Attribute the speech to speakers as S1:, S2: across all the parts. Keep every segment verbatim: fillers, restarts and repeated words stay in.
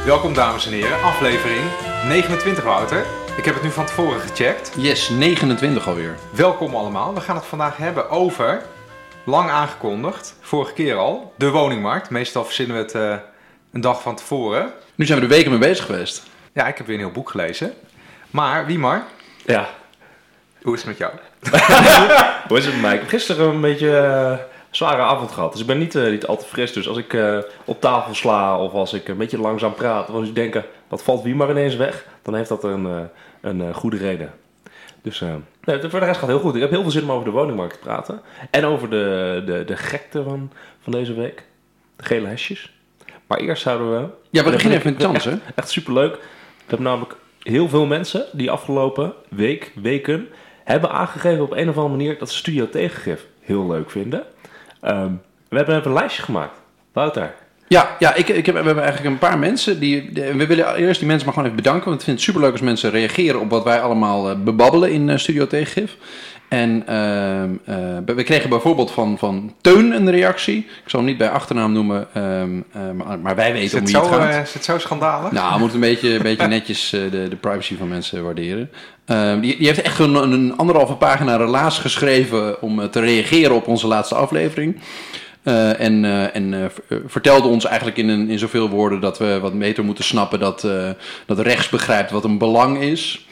S1: Welkom dames en heren, aflevering negenentwintig, Wouter. Ik heb het nu van tevoren gecheckt.
S2: Yes, negenentwintig alweer.
S1: Welkom allemaal. We gaan het vandaag hebben over, lang aangekondigd, vorige keer al, de woningmarkt. Meestal verzinnen we het uh, een dag van tevoren.
S2: Nu zijn we er weken mee bezig geweest.
S1: Ja, ik heb weer een heel boek gelezen. Maar, Wiemar?
S3: Ja.
S1: Hoe is het met jou?
S3: Hoe is het met mij? Ik heb gisteren een beetje uh, zware avond gehad. Dus ik ben niet, uh, niet al te fris. Dus als ik uh, op tafel sla of als ik een beetje langzaam praat, of als ik denk, wat valt Wiemar ineens weg? Dan heeft dat een, uh, een uh, goede reden. Dus uh, nee, voor de rest gaat het heel goed. Ik heb heel veel zin om over de woningmarkt te praten. En over de, de, de gekte van, van deze week. De gele hesjes. Maar eerst zouden we...
S2: Ja, we beginnen even met Chans, hè?
S3: Echt, echt superleuk. We hebben namelijk heel veel mensen die afgelopen week, weken, hebben aangegeven op een of andere manier dat ze Studio Tegengif heel leuk vinden. Um, we hebben even een lijstje gemaakt. Wouter.
S2: Ja, ja ik, ik heb, we hebben eigenlijk een paar mensen. Die, de, we willen eerst die mensen maar gewoon even bedanken. Want ik vind het superleuk als mensen reageren op wat wij allemaal uh, bebabbelen in uh, Studio Tegengif. En uh, uh, we kregen bijvoorbeeld van, van Teun een reactie. Ik zal hem niet bij achternaam noemen, um, uh, maar, maar wij weten om wie het gaat.
S1: Uh, is het zo schandalig?
S2: Nou, we moeten een beetje, een beetje netjes uh, de, de privacy van mensen waarderen. Uh, die, die heeft echt een, een anderhalve pagina relaas geschreven om uh, te reageren op onze laatste aflevering. Uh, en uh, en uh, vertelde ons eigenlijk in, een, in zoveel woorden dat we wat beter moeten snappen dat, uh, dat rechts begrijpt wat een belang is.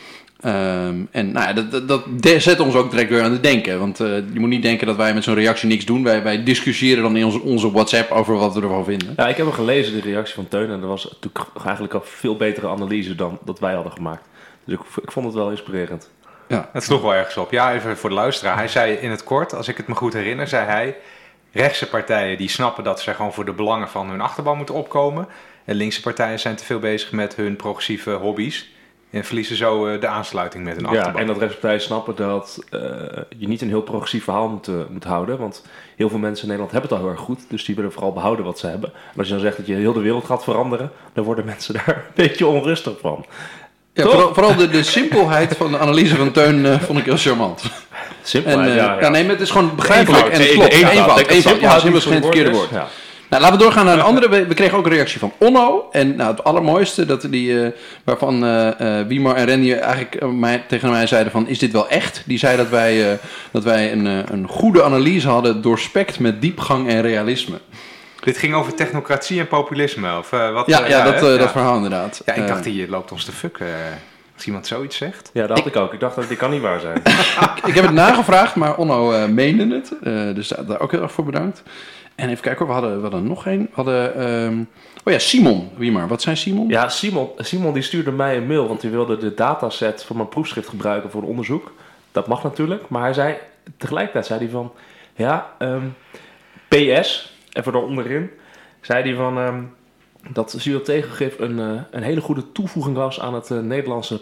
S2: Um, en nou ja, dat, dat, dat zet ons ook direct weer aan het denken. Want uh, je moet niet denken dat wij met zo'n reactie niks doen. Wij, wij discussiëren dan in onze, onze WhatsApp over wat we ervan vinden.
S3: Ja, ik heb hem gelezen, de reactie van Teun. En dat was natuurlijk eigenlijk al veel betere analyse dan dat wij hadden gemaakt. Dus ik, ik vond het wel inspirerend.
S1: Ja, het sloeg wel ergens op. Ja, even voor de luisteraar. Hij zei in het kort, als ik het me goed herinner, zei hij... rechtse partijen die snappen dat ze gewoon voor de belangen van hun achterban moeten opkomen. En linkse partijen zijn te veel bezig met hun progressieve hobby's. En verliezen zo uh, de aansluiting met hun achterban.
S3: Ja, en dat rechtspartijen snappen dat uh, je niet een heel progressief verhaal moet, uh, moet houden. Want heel veel mensen in Nederland hebben het al heel erg goed. Dus die willen vooral behouden wat ze hebben. En als je dan zegt dat je heel de wereld gaat veranderen, dan worden mensen daar een beetje onrustig van.
S2: Ja, vooral, vooral de, de simpelheid van de analyse van Teun uh, vond ik heel charmant.
S3: Simpelheid,
S2: en, uh,
S3: ja, ja.
S2: ja. Nee, maar het is gewoon begrijpelijk
S3: eenvoud,
S2: en het klopt.
S3: eenvoud.
S2: Eenvoud.
S3: Eenvoud.
S2: Eenvoud. Ja, simpel is geen
S3: het
S2: verkeerde woord.
S3: Ja.
S2: Nou, laten we doorgaan naar een andere. We, we kregen ook een reactie van Onno. En nou, het allermooiste, dat die, uh, waarvan uh, uh, Wiemar en Randy eigenlijk uh, mij, tegen mij zeiden van, is dit wel echt? Die zei dat wij, uh, dat wij een, uh, een goede analyse hadden, doorspekt met diepgang en realisme.
S1: Dit ging over technocratie en populisme, of uh, wat?
S2: Ja,
S1: uh,
S2: ja,
S1: ja,
S2: dat, uh,
S1: ja.
S2: dat verhaal inderdaad.
S1: Ja, ik
S2: Uh,
S1: dacht, hier loopt ons te fucken. Uh, als iemand zoiets zegt.
S3: Ja, dat had ik, ik ook. Ik dacht dat dit kan niet waar zijn.
S2: ik, ik heb het nagevraagd, maar Onno uh, meende het. Uh, dus daar, daar ook heel erg voor bedankt. En even kijken, we hadden, we hadden nog één. We hadden, um... oh ja, Simon. Wie maar, wat zijn Simon?
S3: Ja, Simon, Simon die stuurde mij een mail, want die wilde de dataset van mijn proefschrift gebruiken voor het onderzoek. Dat mag natuurlijk, maar hij zei, tegelijkertijd zei hij van, ja, um, P S, even daaronderin, zei hij van, um, dat Studio Tegengif een, uh, een hele goede toevoeging was aan het uh, Nederlandse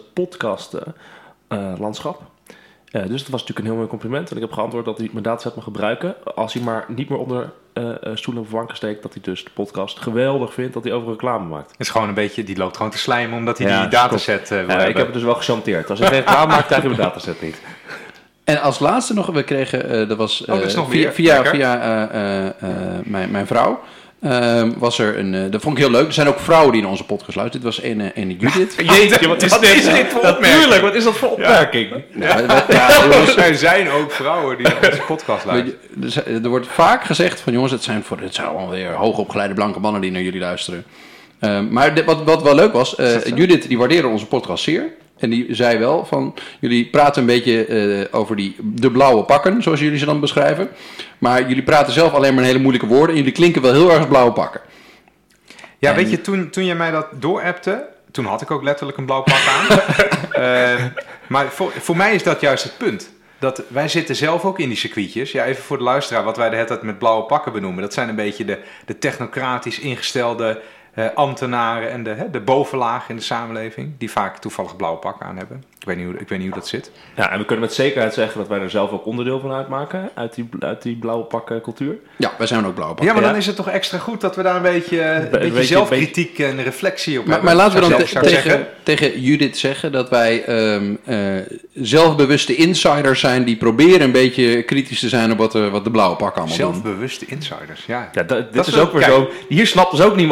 S3: podcastlandschap. Uh, Uh, dus dat was natuurlijk een heel mooi compliment. En ik heb geantwoord dat hij mijn dataset mag gebruiken. Als hij maar niet meer onder uh, uh, stoelen of banken steekt. Dat hij dus de podcast geweldig vindt dat hij over reclame maakt.
S1: Het is gewoon een beetje, die loopt gewoon te slijmen omdat hij
S3: Ja,
S1: die dataset uh, wil
S3: uh,
S1: hebben.
S3: Ik heb het dus wel gechanteerd. Als hij geen reclame maakt, krijg je mijn dataset niet.
S2: En als laatste nog, we kregen, uh, dat was uh,
S1: oh, dat is nog
S2: via,
S1: weer.
S2: via, via uh, uh, uh, mijn, mijn vrouw. Uh, was er een, uh, dat vond ik heel leuk. Er zijn ook vrouwen die in onze podcast luisteren. Dit was een, een Judith.
S3: Jeetje, wat is
S1: wat
S3: dit?
S1: Is dit voor opmerking?
S3: Natuurlijk, wat is dat voor opmerking?
S1: Ja, ja, ja, ja jongens, er zijn ook vrouwen die naar onze podcast luisteren.
S2: Er wordt vaak gezegd van jongens, het zijn, voor, het zijn allemaal weer hoogopgeleide blanke mannen die naar jullie luisteren. Uh, maar de, wat, wat wel leuk was, uh, Judith die waardeerde onze podcast zeer. En die zei wel van, jullie praten een beetje uh, over die, de blauwe pakken, zoals jullie ze dan beschrijven. Maar jullie praten zelf alleen maar in hele moeilijke woorden en jullie klinken wel heel erg als blauwe pakken.
S1: Ja,
S2: en...
S1: weet je, toen, toen jij mij dat doorappte, toen had ik ook letterlijk een blauw pak aan. uh, maar voor, voor mij is dat juist het punt. Dat wij zitten zelf ook in die circuitjes. Ja, even voor de luisteraar, wat wij de hele tijd met blauwe pakken benoemen. Dat zijn een beetje de, de technocratisch ingestelde uh, ambtenaren en de, hè, de bovenlaag in de samenleving. Die vaak toevallig blauwe pakken aan hebben. Ik weet niet hoe, ik weet niet hoe dat zit.
S3: Ja, en we kunnen met zekerheid zeggen dat wij er zelf ook onderdeel van uitmaken. Uit die, uit die blauwe pakken cultuur.
S2: Ja, wij zijn ook blauwe pakken.
S1: Ja, maar dan
S3: ja.
S1: is het toch extra goed dat we daar een beetje, een
S3: Be-
S1: beetje
S3: beetje,
S1: zelfkritiek beetje... en reflectie op
S2: maar,
S1: hebben.
S2: Maar laten we dan
S1: zelf,
S2: te, tegen,
S1: zeggen.
S2: tegen Judith zeggen dat wij um, uh, zelfbewuste insiders zijn die proberen een beetje kritisch te zijn op wat de, wat de blauwe pakken allemaal doen.
S1: Zelfbewuste insiders, ja.
S3: Ja, dat, dit
S1: dat
S3: is
S1: is
S3: ook weer
S1: kijk,
S3: zo. Hier snapt dus ook niemand van als je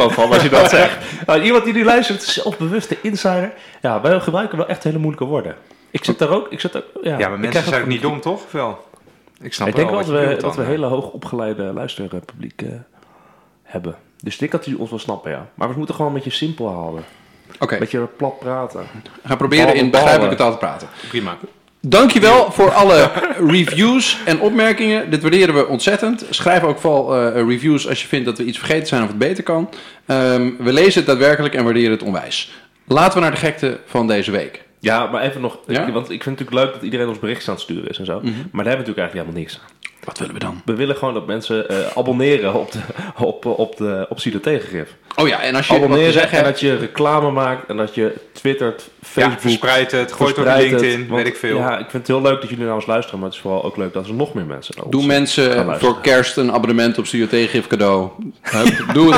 S3: dat zegt. Nou, iemand die nu luistert, zelfbewuste insider. Ja, wij gebruiken wel echt hele moeilijke woorden. Ik zit daar ook... Ik zit ook ja,
S1: Ja, maar mensen zijn ook niet dom, toch? Of wel? Ik snap
S3: Ik denk wel
S1: wat
S3: dat
S1: je
S3: we,
S1: bedoelt
S3: dat we
S1: dan,
S3: hele hoog opgeleide luisterpubliek uh, hebben. Dus ik denk dat die ons wel snappen, ja. Maar we moeten gewoon een beetje simpel houden.
S2: Oké, okay.
S3: Een beetje plat praten.
S2: Ga proberen in begrijpelijke taal te praten.
S1: Prima.
S2: Dankjewel voor alle reviews en opmerkingen. Dit waarderen we ontzettend. Schrijf ook vooral uh, reviews als je vindt dat we iets vergeten zijn of het beter kan. Um, we lezen het daadwerkelijk en waarderen het onwijs. Laten we naar de gekte van deze week.
S3: Ja, maar even nog...
S2: Ja?
S3: Ik, want ik vind het natuurlijk leuk dat iedereen ons berichtjes aan het sturen is en zo.
S2: Mm-hmm.
S3: Maar daar hebben we natuurlijk eigenlijk helemaal niks aan.
S2: Wat willen we dan?
S3: We willen gewoon dat mensen uh, abonneren op, de, op, op, de, op Zie de Tegengif.
S2: Oh ja, en als je wat te
S3: Abonneren
S2: zeggen
S3: en
S2: hebt...
S3: dat je reclame maakt en dat je twittert,
S1: Ja,
S3: Facebook...
S1: verspreid het, gooi het op
S3: verspreid
S1: LinkedIn,
S3: het, want,
S1: weet ik veel.
S3: Ja, ik vind het heel leuk dat jullie naar ons luisteren, maar het is vooral ook leuk dat er nog meer mensen naar ons
S2: Doe
S3: gaan
S2: mensen
S3: luisteren.
S2: voor kerst een abonnement op Studio Tegengif cadeau. Hup, doe het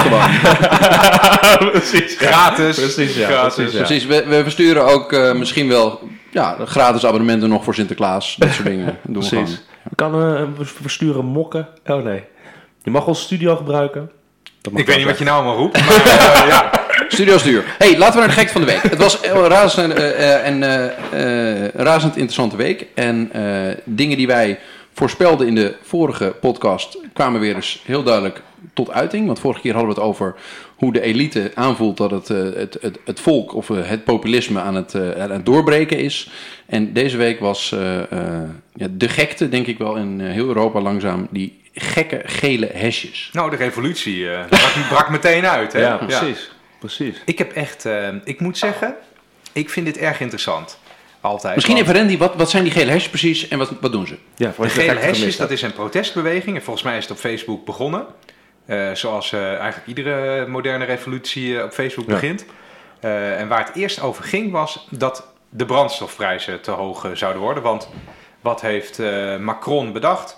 S2: gewoon.
S3: Precies.
S1: Gratis.
S3: Precies, ja.
S1: Gratis.
S3: Precies, ja.
S2: Precies, we, we versturen ook uh, misschien wel ja, gratis abonnementen nog voor Sinterklaas. Dat soort dingen. Doen we gewoon.
S3: Precies. We, kan, uh, we versturen mokken. Oh nee. Je mag onze studio gebruiken. Dat mag
S1: Ik weet niet
S3: wel
S1: wat je nou allemaal roept, maar uh, ja.
S2: Studio is duur. Hey, laten we naar de gekte van de week. Het was een razend, uh, uh, en, uh, uh, razend interessante week. En uh, dingen die wij voorspelden in de vorige podcast kwamen weer eens heel duidelijk tot uiting. Want vorige keer hadden we het over hoe de elite aanvoelt dat het, uh, het, het, het volk of uh, het populisme aan het, uh, aan het doorbreken is. En deze week was uh, uh, ja, de gekte, denk ik wel, in uh, heel Europa langzaam, die gekke gele hesjes.
S1: Nou, de revolutie uh, brak, brak meteen uit. Hè?
S3: Ja, precies. precies.
S1: Ik heb echt, uh, ik moet zeggen, ik vind dit erg interessant. Altijd.
S2: Misschien
S1: want
S2: even Randy, wat, wat zijn die gele hesjes precies en wat, wat doen ze?
S3: Ja,
S1: de gele hesjes, dat is een protestbeweging. En volgens mij is het op Facebook begonnen. Uh, zoals uh, eigenlijk iedere moderne revolutie uh, op Facebook
S3: ja.
S1: begint. Uh, en waar het eerst over ging was dat de brandstofprijzen te hoog uh, zouden worden. Want wat heeft uh, Macron bedacht?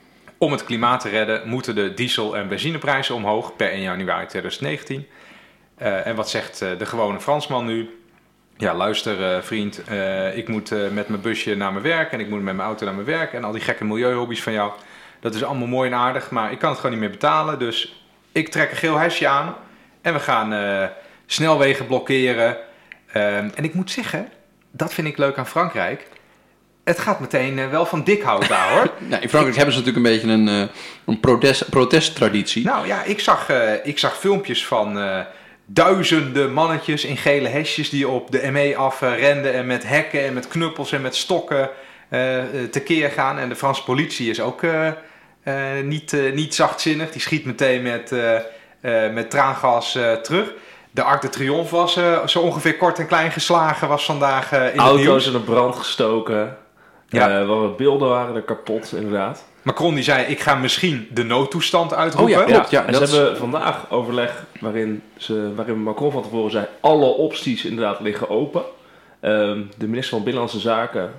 S1: Om het klimaat te redden moeten de diesel- en benzineprijzen omhoog per één januari tweeduizend negentien. Uh, en wat zegt uh, de gewone Fransman nu? Ja, luister uh, vriend, uh, ik moet uh, met mijn busje naar mijn werk en ik moet met mijn auto naar mijn werk. En al die gekke milieuhobby's van jou, dat is allemaal mooi en aardig, maar ik kan het gewoon niet meer betalen. Dus ik trek een geel hesje aan en we gaan uh, snelwegen blokkeren. Uh, en ik moet zeggen, dat vind ik leuk aan Frankrijk. Het gaat meteen uh, wel van dik hout daar, hoor.
S2: Ja, in Frankrijk hebben ze natuurlijk een beetje een, uh, een protest, protesttraditie.
S1: Nou ja, ik zag, uh, ik zag filmpjes van uh, duizenden mannetjes in gele hesjes die op de M E af uh, renden en met hekken en met knuppels en met stokken uh, tekeer gaan. En de Franse politie is ook uh, uh, niet, uh, niet zachtzinnig. Die schiet meteen met, uh, uh, met traangas uh, terug. De Arc de Triomphe was uh, zo ongeveer kort en klein geslagen, was vandaag uh, in het
S3: Auto's
S1: nieuws.
S3: in de brand gestoken. Ja. Uh, wat beelden waren er kapot, inderdaad.
S1: Macron die zei, ik ga misschien de noodtoestand uitroepen.
S2: Oh ja, klopt. Ja,
S3: en
S2: dat
S3: ze
S2: is...
S3: hebben vandaag overleg waarin, ze, waarin Macron van tevoren zei, alle opties inderdaad liggen open. Um, de minister van Binnenlandse Zaken,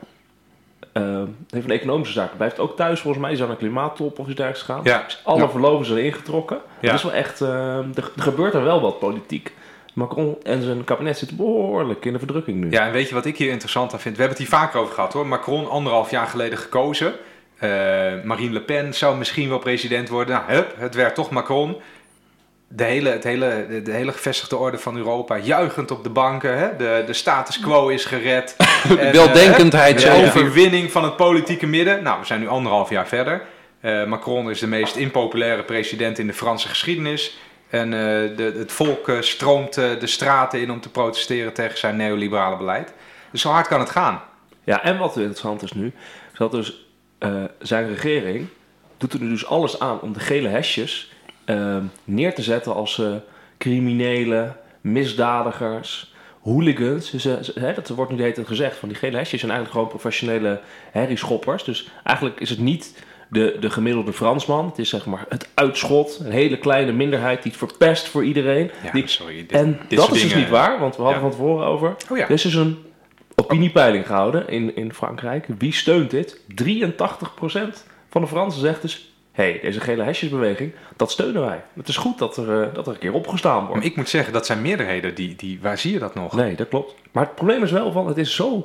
S3: um, heeft van Economische Zaken, blijft ook thuis volgens mij. Die zou naar een klimaattop of iets dergelijks gaan.
S1: Ja.
S3: Dus alle
S1: ja. verloven
S3: zijn ingetrokken.
S1: Ja.
S3: Dat is wel echt, uh, er, er gebeurt er wel wat politiek. Macron en zijn kabinet zitten behoorlijk in de verdrukking nu.
S1: Ja, en weet je wat ik hier interessant aan vind? We hebben het hier vaker over gehad, hoor. Macron, anderhalf jaar geleden gekozen. Uh, Marine Le Pen zou misschien wel president worden. Nou, hup, het werd toch Macron. De hele, het hele, de, de hele gevestigde orde van Europa juichend op de banken. Hè? De, de status quo is gered.
S2: En, weldenkendheid.
S1: Uh, de
S2: ja,
S1: overwinning van het politieke midden. Nou, we zijn nu anderhalf jaar verder. Uh, Macron is de meest impopulaire president in de Franse geschiedenis. En uh, de, het volk uh, stroomt uh, de straten in om te protesteren tegen zijn neoliberale beleid. Dus zo hard kan het gaan.
S3: Ja, en wat interessant is nu, is dat dus uh, zijn regering doet er dus alles aan om de gele hesjes uh, neer te zetten als uh, criminelen, misdadigers, hooligans. Dus, uh, hè, dat wordt nu de hele tijd gezegd, van die gele hesjes zijn eigenlijk gewoon professionele herrieschoppers. Dus eigenlijk is het niet de, de gemiddelde Fransman. Het is zeg maar het uitschot, een hele kleine minderheid die het verpest voor iedereen.
S1: Ja,
S3: die,
S1: sorry. Dit,
S3: en
S1: dit
S3: dat
S1: soort
S3: is dus
S1: dingen,
S3: niet waar, want we hadden
S1: ja.
S3: van tevoren over.
S1: Oh ja.
S3: Er is dus een opiniepeiling gehouden in, in Frankrijk. Wie steunt dit? drieëntachtig procent van de Fransen zegt dus, hé, hey, deze gele hesjesbeweging, dat steunen wij. Het is goed dat er, uh, dat er een keer opgestaan wordt.
S1: Maar ik moet zeggen, dat zijn meerderheden. Die, die, waar zie je dat nog?
S3: Nee, dat klopt. Maar het probleem is wel van, het is zo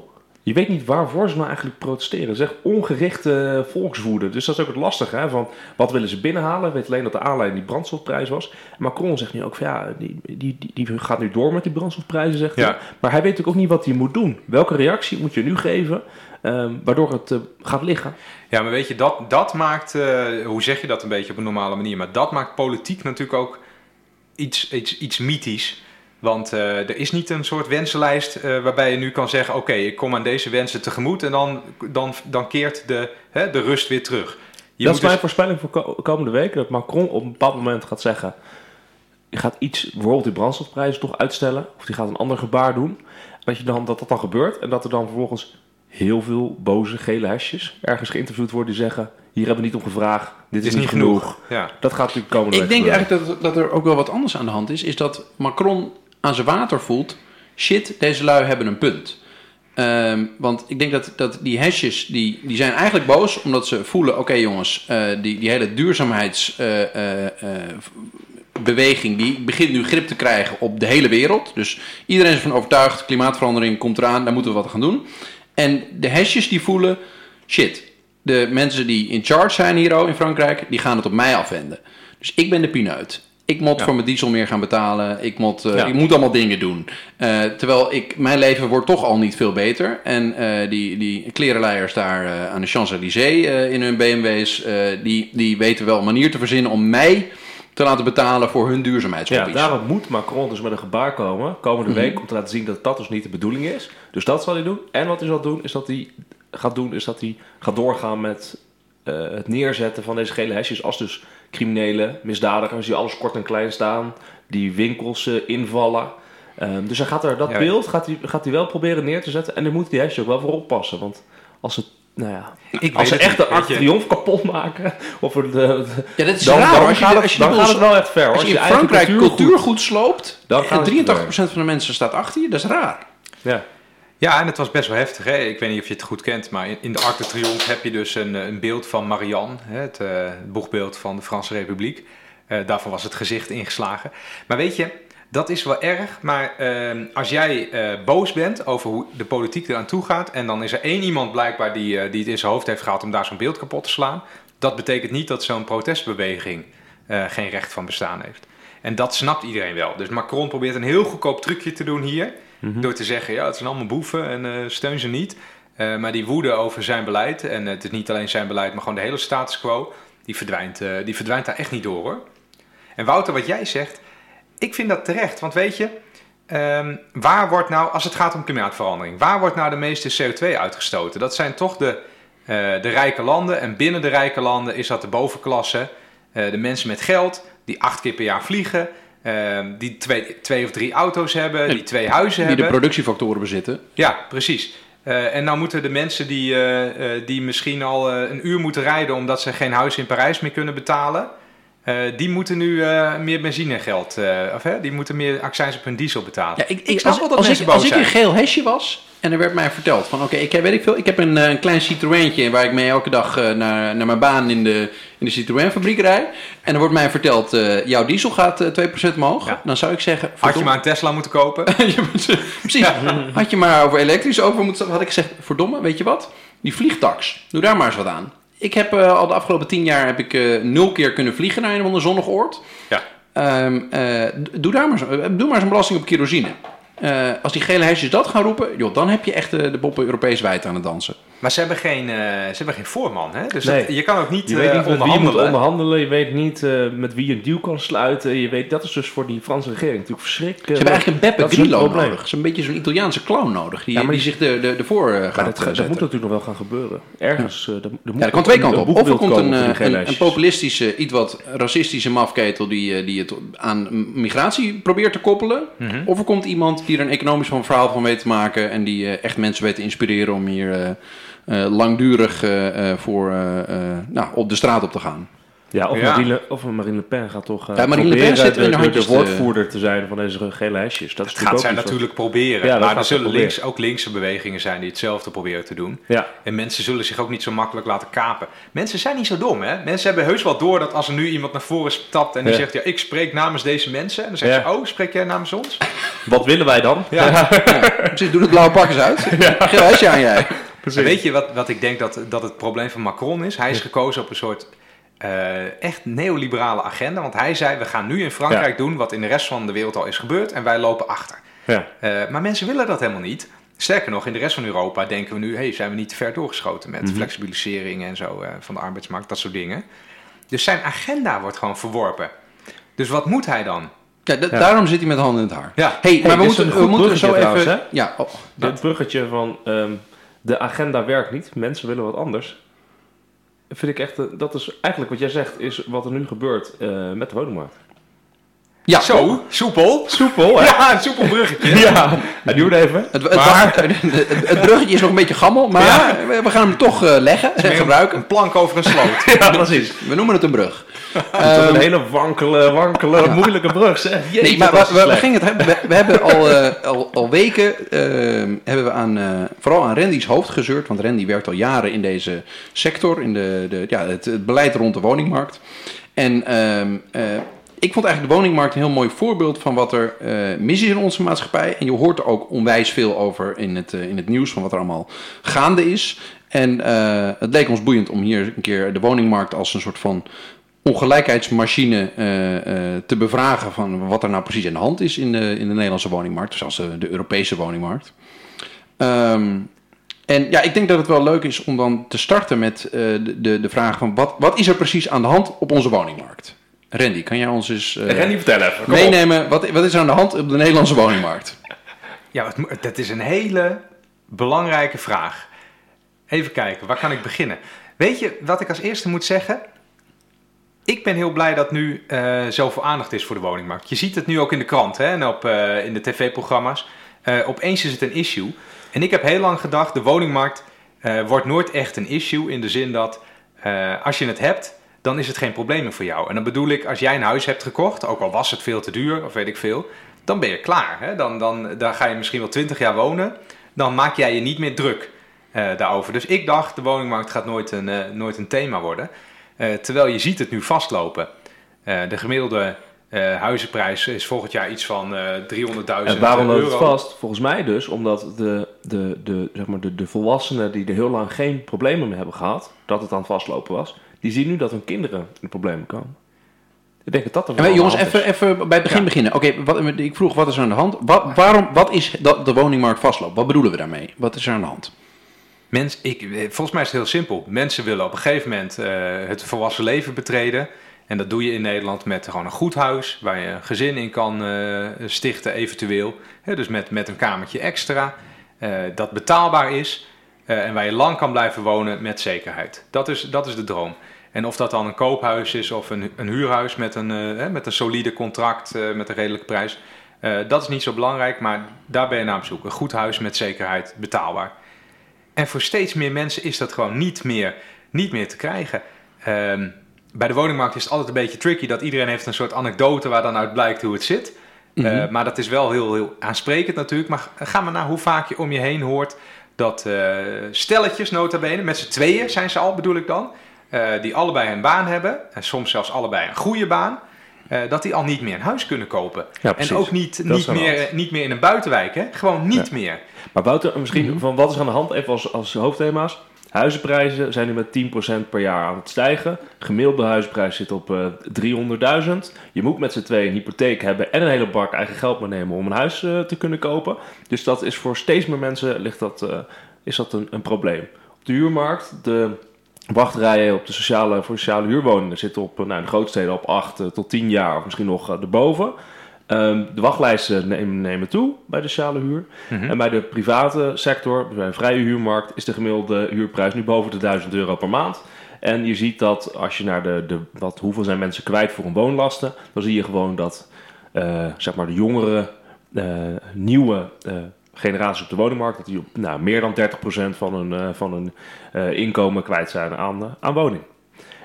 S3: je weet niet waarvoor ze nou eigenlijk protesteren. Het is echt ongerichte volkswoede. Dus dat is ook het lastige. Hè? Van, wat willen ze binnenhalen? Ik weet alleen dat de aanleiding die brandstofprijs was. En Macron zegt nu ook van ja, die, die, die, die gaat nu door met die brandstofprijzen, zegt hij.
S1: Ja.
S3: Maar hij weet natuurlijk ook niet wat hij moet doen. Welke reactie moet je nu geven, um, waardoor het uh, gaat liggen?
S1: Ja, maar weet je, dat, dat maakt, uh, hoe zeg je dat een beetje op een normale manier, maar dat maakt politiek natuurlijk ook iets, iets, iets mythisch. Want uh, er is niet een soort wensenlijst uh, waarbij je nu kan zeggen, oké, okay, ik kom aan deze wensen tegemoet en dan, dan, dan keert de, hè, de rust weer terug. Je
S3: dat is mijn
S1: dus...
S3: voorspelling voor ko- komende week, dat Macron op een bepaald moment gaat zeggen, je gaat iets, bijvoorbeeld die brandstofprijzen toch uitstellen, of die gaat een ander gebaar doen. En dat, je dan, dat dat dan gebeurt en dat er dan vervolgens heel veel boze gele hesjes ergens geïnterviewd worden die zeggen, hier hebben we niet om gevraagd, dit is, is niet genoeg. genoeg.
S1: Ja.
S3: Dat gaat natuurlijk komende
S2: Ik
S3: week
S2: denk
S3: gebeuren.
S2: eigenlijk dat, dat er ook wel wat anders aan de hand is, is dat Macron aan zijn water voelt, shit, deze lui hebben een punt. Um, want ik denk dat, dat die hesjes, die, die zijn eigenlijk boos omdat ze voelen, oké okay, jongens, uh, die, die hele duurzaamheidsbeweging, uh, uh, uh, die begint nu grip te krijgen op de hele wereld. Dus iedereen is ervan overtuigd, klimaatverandering komt eraan, daar moeten we wat gaan doen. En de hesjes die voelen, shit, de mensen die in charge zijn hier in Frankrijk, die gaan het op mij afwenden. Dus ik ben de pineut. Ik moet ja. voor mijn diesel meer gaan betalen. Ik moet, uh, ja. ik moet allemaal dingen doen. Uh, terwijl ik, mijn leven wordt toch al niet veel beter. En uh, die, die klerenleiers daar uh, aan de Champs-Élysées uh, in hun B M W's... Uh, die, die weten wel een manier te verzinnen om mij te laten betalen voor hun duurzaamheidshobby's.
S3: Ja, daarom moet Macron dus met een gebaar komen komende mm-hmm. week om te laten zien dat dat dus niet de bedoeling is. Dus dat zal hij doen. En wat hij zal doen, is dat hij gaat doen, is dat hij gaat doorgaan met uh, het neerzetten van deze gele hesjes als dus criminele misdadigers die alles kort en klein staan, die winkels uh, invallen. Um, dus hij gaat er dat ja, beeld gaat hij, gaat hij wel proberen neer te zetten en dan moet die hesjes ook wel voor oppassen, want als het Nou ja, ik als ze echt de Arc de Triomphe kapot maken, of er de, de,
S2: ja, dat is
S3: dan,
S2: raar.
S3: Dan,
S2: als je,
S3: gaat,
S2: als je
S3: het, dan gaat het wel echt ver.
S2: Als, als je in Frankrijk cultuurgoed, cultuurgoed sloopt, dan en drieëntachtig procent van de mensen staat achter je, dat is raar.
S3: Ja.
S1: Ja, en het was best wel heftig. Hè? Ik weet niet of je het goed kent, maar in, in de Arc de Triomphe heb je dus een, een beeld van Marianne, hè, het, uh, het boegbeeld van de Franse Republiek. Uh, daarvan was het gezicht ingeslagen. Maar weet je, dat is wel erg, maar uh, als jij uh, boos bent over hoe de politiek eraan toe gaat, en dan is er één iemand blijkbaar die, uh, die het in zijn hoofd heeft gehad om daar zo'n beeld kapot te slaan, dat betekent niet dat zo'n protestbeweging uh, geen recht van bestaan heeft. En dat snapt iedereen wel. Dus Macron probeert een heel goedkoop trucje te doen hier, mm-hmm. door te zeggen, ja, het zijn allemaal boeven en uh, steun ze niet. Uh, maar die woede over zijn beleid, en uh, het is niet alleen zijn beleid, maar gewoon de hele status quo, die verdwijnt, uh, die verdwijnt daar echt niet door, hoor. En Wouter, wat jij zegt, ik vind dat terecht, want weet je, um, waar wordt nou, als het gaat om klimaatverandering, waar wordt nou de meeste C O twee uitgestoten? Dat zijn toch de, uh, de rijke landen, en binnen de rijke landen is dat de bovenklasse, uh, de mensen met geld, die acht keer per jaar vliegen, uh, die twee, twee of drie auto's hebben, die twee huizen
S2: die
S1: hebben.
S2: Die de productiefactoren bezitten.
S1: Ja, precies. Uh, en nou moeten de mensen die, uh, uh, die misschien al uh, een uur moeten rijden omdat ze geen huis in Parijs meer kunnen betalen, Uh, die moeten nu uh, meer benzinegeld, uh, of hè, die moeten meer accijns op hun diesel betalen.
S2: Ja, ik, ik, ik snap wel dat als mensen ik, boos als zijn. Als ik een geel hesje was en er werd mij verteld van, oké, okay, ik heb weet ik veel, ik heb een, een klein Citroëntje waar ik mee elke dag uh, naar, naar mijn baan in de, in de Citroën-fabriek rijd, en er wordt mij verteld, uh, jouw diesel gaat uh, twee procent omhoog, ja. Dan zou ik zeggen,
S1: verdomme. Had je maar een Tesla moeten kopen?
S2: Precies, ja. Had je maar over elektrisch over moeten stappen, had ik gezegd, verdomme, weet je wat, die vliegtax, doe daar maar eens wat aan. Ik heb uh, al de afgelopen tien jaar heb ik uh, nul keer kunnen vliegen naar een of ander zonnig oord.
S1: Ja.
S2: Um, uh, doe, daar maar zo, doe maar eens een belasting op kerosine. Uh, als die gele hesjes dat gaan roepen, joh, dan heb je echt uh, de poppen Europees wijd aan het dansen.
S1: Maar ze hebben geen, uh, ze hebben geen voorman, hè? Dus nee. dat, je kan ook niet,
S3: je weet niet
S1: uh, onderhandelen.
S3: Wie je moet onderhandelen. Je weet niet uh, met wie je een deal kan sluiten. Je weet, dat is dus voor die Franse regering natuurlijk verschrikkelijk.
S2: Ze hebben eigenlijk een Beppe Grillo nodig. Ze hebben een beetje zo'n Italiaanse clown nodig. Die, ja, maar die, die zich de, de, de voor uh, gaat
S3: dat, dat moet natuurlijk nog wel gaan gebeuren. Ergens.
S2: Ja,
S3: uh, de, de
S2: ja, er kan twee kanten op. Of er komt een, een, een populistische, iets wat racistische mafketel die, die het aan migratie probeert te koppelen. Mm-hmm. Of er komt iemand die er een economisch van verhaal van weet te maken en die uh, echt mensen weet te inspireren om hier uh, uh, langdurig uh, uh, voor, uh, uh, nou, op de straat op te gaan.
S3: Ja, of,
S1: Ja.
S3: Marine, of Marine Le Pen gaat toch uh,
S2: Ja, Marine Le Pen
S3: proberen
S2: zit
S3: de,
S2: in de
S3: de, de
S2: handjes te-
S3: woordvoerder te zijn van deze gele hesjes. Dat is
S1: Dat gaat zij
S3: ook iets wat-
S1: natuurlijk proberen.
S3: Ja, dat
S1: maar
S3: gaat
S1: er
S3: ze
S1: zullen
S3: proberen.
S1: links, ook linkse bewegingen zijn die hetzelfde proberen te doen.
S3: Ja,
S1: En mensen zullen zich ook niet zo makkelijk laten kapen. Mensen zijn niet zo dom, hè? Mensen hebben heus wel door dat als er nu iemand naar voren stapt en die
S3: Ja.
S1: zegt, ja, ik spreek namens deze mensen. En dan zeggen
S3: Ja.
S1: ze, oh, spreek jij namens ons?
S3: wat willen wij dan?
S1: Ja.
S2: Precies, doe het blauwe pak eens uit. Geel hesje aan jij.
S3: Precies.
S1: Weet je wat, wat ik denk dat, dat het probleem van Macron is? Hij is gekozen op een soort uh, echt neoliberale agenda. Want hij zei, we gaan nu in Frankrijk
S3: Ja.
S1: doen wat in de rest van de wereld al is gebeurd. En wij lopen achter.
S3: Ja.
S1: Uh, maar mensen willen dat helemaal niet. Sterker nog, in de rest van Europa denken we nu, hey, zijn we niet te ver doorgeschoten met
S3: Mhm.
S1: flexibilisering en zo uh, van de arbeidsmarkt, dat soort dingen. Dus zijn agenda wordt gewoon verworpen. Dus wat moet hij dan?
S2: Ja, d-
S3: Ja.
S2: Daarom zit hij met handen in het haar.
S1: Ja,
S2: Hey, maar we
S3: dit is
S2: moeten,
S3: een
S2: we
S3: goed
S2: moeten zo
S3: bruggetje
S2: even...
S3: trouwens,
S2: ja, oh,
S3: Dit bruggetje van um, de agenda werkt niet, mensen willen wat anders. Vind ik echt, uh, dat is eigenlijk wat jij zegt, is wat er nu gebeurt uh, met de woningmarkt.
S2: ja,
S1: Zo, soepel.
S3: Soepel, hè?
S1: Ja, een soepel bruggetje.
S3: Ja, hij duurde even.
S2: Het, het,
S3: Maar-
S2: het, het- het bruggetje is nog een beetje gammel, maar
S1: Ja.
S2: we, we gaan hem toch uh, leggen en
S1: Meer
S2: gebruiken.
S1: Een plank over een sloot.
S3: Ja, precies.
S2: We noemen het een brug.
S3: Dat is
S2: Ehm,
S3: een hele wankele, wankele, moeilijke brug, zeg. Jeetje,
S2: Nee, maar
S3: wat
S2: we, we, we,
S3: slecht.
S2: gingen het hebben, we, we hebben al, uh, al, al weken uh, hebben we aan, uh, vooral aan Randy's hoofd gezeurd. Want Randy werkt al jaren in deze sector, in de, de, ja, het, het beleid rond de woningmarkt. En uh, uh, ik vond eigenlijk de woningmarkt een heel mooi voorbeeld van wat er uh, mis is in onze maatschappij. En je hoort er ook onwijs veel over in het, uh, in het nieuws van wat er allemaal gaande is. En uh, het leek ons boeiend om hier een keer de woningmarkt als een soort van ongelijkheidsmachine uh, uh, te bevragen van wat er nou precies aan de hand is in de, in de Nederlandse woningmarkt, dus als de, de Europese woningmarkt. Um, en ja, ik denk dat het wel leuk is om dan te starten met uh, de, de, de vraag van wat, wat is er precies aan de hand op onze woningmarkt? Randy, kan jij ons eens uh,
S3: Randy, vertel even. Kom
S2: meenemen, wat, wat is er aan de hand op de Nederlandse woningmarkt?
S1: Ja, wat mo- dat is een hele belangrijke vraag. Even kijken, waar kan ik beginnen? Weet je wat ik als eerste moet zeggen? Ik ben heel blij dat nu uh, zoveel aandacht is voor de woningmarkt. Je ziet het nu ook in de krant hè, en op, uh, in de tv-programma's. Uh, opeens is het een issue. En ik heb heel lang gedacht, de woningmarkt uh, wordt nooit echt een issue. In de zin dat uh, als je het hebt, dan is het geen probleem meer voor jou. En dan bedoel ik, als jij een huis hebt gekocht, ook al was het veel te duur of weet ik veel, dan ben je klaar. Hè? Dan, dan, dan ga je misschien wel twintig jaar wonen. Dan maak jij je niet meer druk uh, daarover. Dus ik dacht, de woningmarkt gaat nooit een, uh, nooit een thema worden. Uh, terwijl je ziet het nu vastlopen. Uh, de gemiddelde uh, huizenprijs is volgend jaar iets van uh, driehonderdduizend euro.
S3: En waarom loopt het vast? Volgens mij dus omdat de, de, de, zeg maar de, de volwassenen die er heel lang geen problemen mee hebben gehad, dat het aan het vastlopen was, die zien nu dat hun kinderen in problemen komen. Ik denk dat dat er
S2: En
S3: wel
S2: wij, jongens,
S3: aan de hand
S2: even, even bij het begin
S1: Ja.
S2: beginnen. Oké, okay, ik vroeg wat is er aan de hand? Wat, waarom, wat is dat de woningmarkt vastloopt? Wat bedoelen we daarmee? Wat is er aan de hand?
S1: Mens, ik, volgens mij is het heel simpel. Mensen willen op een gegeven moment uh, het volwassen leven betreden. En dat doe je in Nederland met gewoon een goed huis, waar je een gezin in kan uh, stichten eventueel. He, dus met, met een kamertje extra, uh, dat betaalbaar is uh, en waar je lang kan blijven wonen met zekerheid. Dat is, dat is de droom. En of dat dan een koophuis is of een, een huurhuis met een, uh, met een solide contract, uh, met een redelijke prijs. Uh, dat is niet zo belangrijk, maar daar ben je naar op zoek. Een goed huis met zekerheid, betaalbaar. En voor steeds meer mensen is dat gewoon niet meer, niet meer te krijgen. Um, bij de woningmarkt is het altijd een beetje tricky dat iedereen heeft een soort anekdote waar dan uit blijkt hoe het zit. Mm-hmm. Uh, maar dat is wel heel, heel aansprekend natuurlijk. Maar ga maar naar hoe vaak je om je heen hoort dat uh, stelletjes nota bene, met z'n tweeën zijn ze al bedoel ik dan, uh, die allebei een baan hebben en soms zelfs allebei een goede baan. Uh, dat die al niet meer een huis kunnen kopen.
S3: Ja,
S1: en ook niet,
S3: dat
S1: niet, meer, niet meer in een buitenwijk. Hè? Gewoon niet ja. meer.
S3: Maar Wouter, misschien mm-hmm. van wat is er aan de hand, even als, als hoofdthema's. Huizenprijzen zijn nu met tien procent per jaar aan het stijgen. Gemiddelde huizenprijs zit op uh, driehonderdduizend. Je moet met z'n tweeën een hypotheek hebben en een hele bak eigen geld meenemen om een huis uh, te kunnen kopen. Dus dat is voor steeds meer mensen ligt dat, uh, is dat een, een probleem. Op de huurmarkt, de wachtrijen op de sociale, voor sociale huurwoningen zitten op nou, de grootsteden op acht uh, tot tien jaar of misschien nog uh, erboven. Um, de wachtlijsten nemen, nemen toe bij de sociale huur. Mm-hmm. En bij de private sector, bij een vrije huurmarkt, is de gemiddelde huurprijs nu boven de duizend euro per maand. En je ziet dat als je naar de, de wat, hoeveel zijn mensen kwijt voor hun woonlasten, dan zie je gewoon dat uh, zeg maar de jongere, uh, nieuwe uh, generaties op de woningmarkt, dat die op nou, meer dan dertig procent van hun, uh, van hun uh, inkomen kwijt zijn aan, uh, aan woning.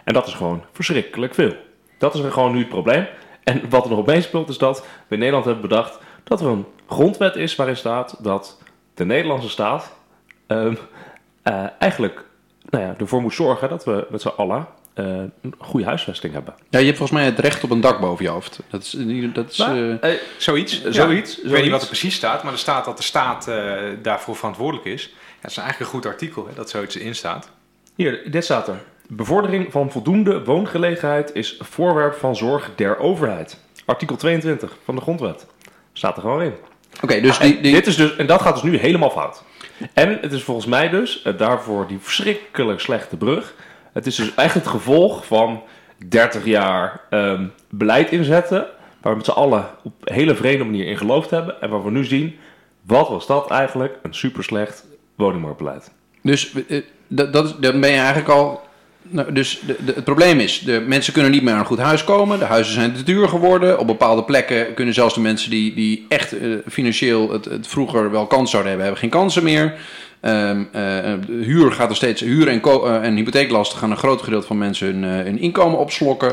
S3: En dat is gewoon verschrikkelijk veel. Dat is er gewoon nu het probleem. En wat er nog op meespeelt is dat we in Nederland hebben bedacht dat er een grondwet is waarin staat dat de Nederlandse staat uh, uh, eigenlijk nou ja, ervoor moet zorgen dat we met z'n allen uh, een goede huisvesting hebben.
S2: Ja, je hebt volgens mij het recht op een dak boven je hoofd. Dat is, dat is
S1: Nou,
S2: uh,
S1: eh, zoiets.
S3: Ja,
S1: zoiets.
S3: zoiets.
S1: Ik weet niet wat er precies staat, maar er staat dat de staat uh, daarvoor verantwoordelijk is. Ja, dat is eigenlijk een goed artikel, hè, dat zoiets erin staat.
S3: Hier, dit staat er. Bevordering van voldoende woongelegenheid is voorwerp van zorg der overheid. Artikel tweeëntwintig van de grondwet. Staat er gewoon in.
S2: Oké, okay, dus
S3: En,
S2: die, die...
S3: dit is dus, en dat gaat dus nu helemaal fout. En het is volgens mij dus, uh, daarvoor die verschrikkelijk slechte brug. Het is dus echt het gevolg van dertig jaar um, beleid inzetten, waar we met z'n allen op een hele vreemde manier in geloofd hebben. En waar we nu zien, wat was dat eigenlijk? Een super slecht woningmarktbeleid.
S2: Dus uh, dat, dat is, dan ben je eigenlijk al... Nou, dus de, de, het probleem is, de mensen kunnen niet meer aan een goed huis komen. De huizen zijn te duur geworden. Op bepaalde plekken kunnen zelfs de mensen die, die echt uh, financieel het, het vroeger wel kans zouden hebben, hebben geen kansen meer. Um, uh, de huur gaat er steeds, huur en, ko- uh, en hypotheeklasten gaan een groot gedeelte van mensen hun, uh, hun inkomen opslokken.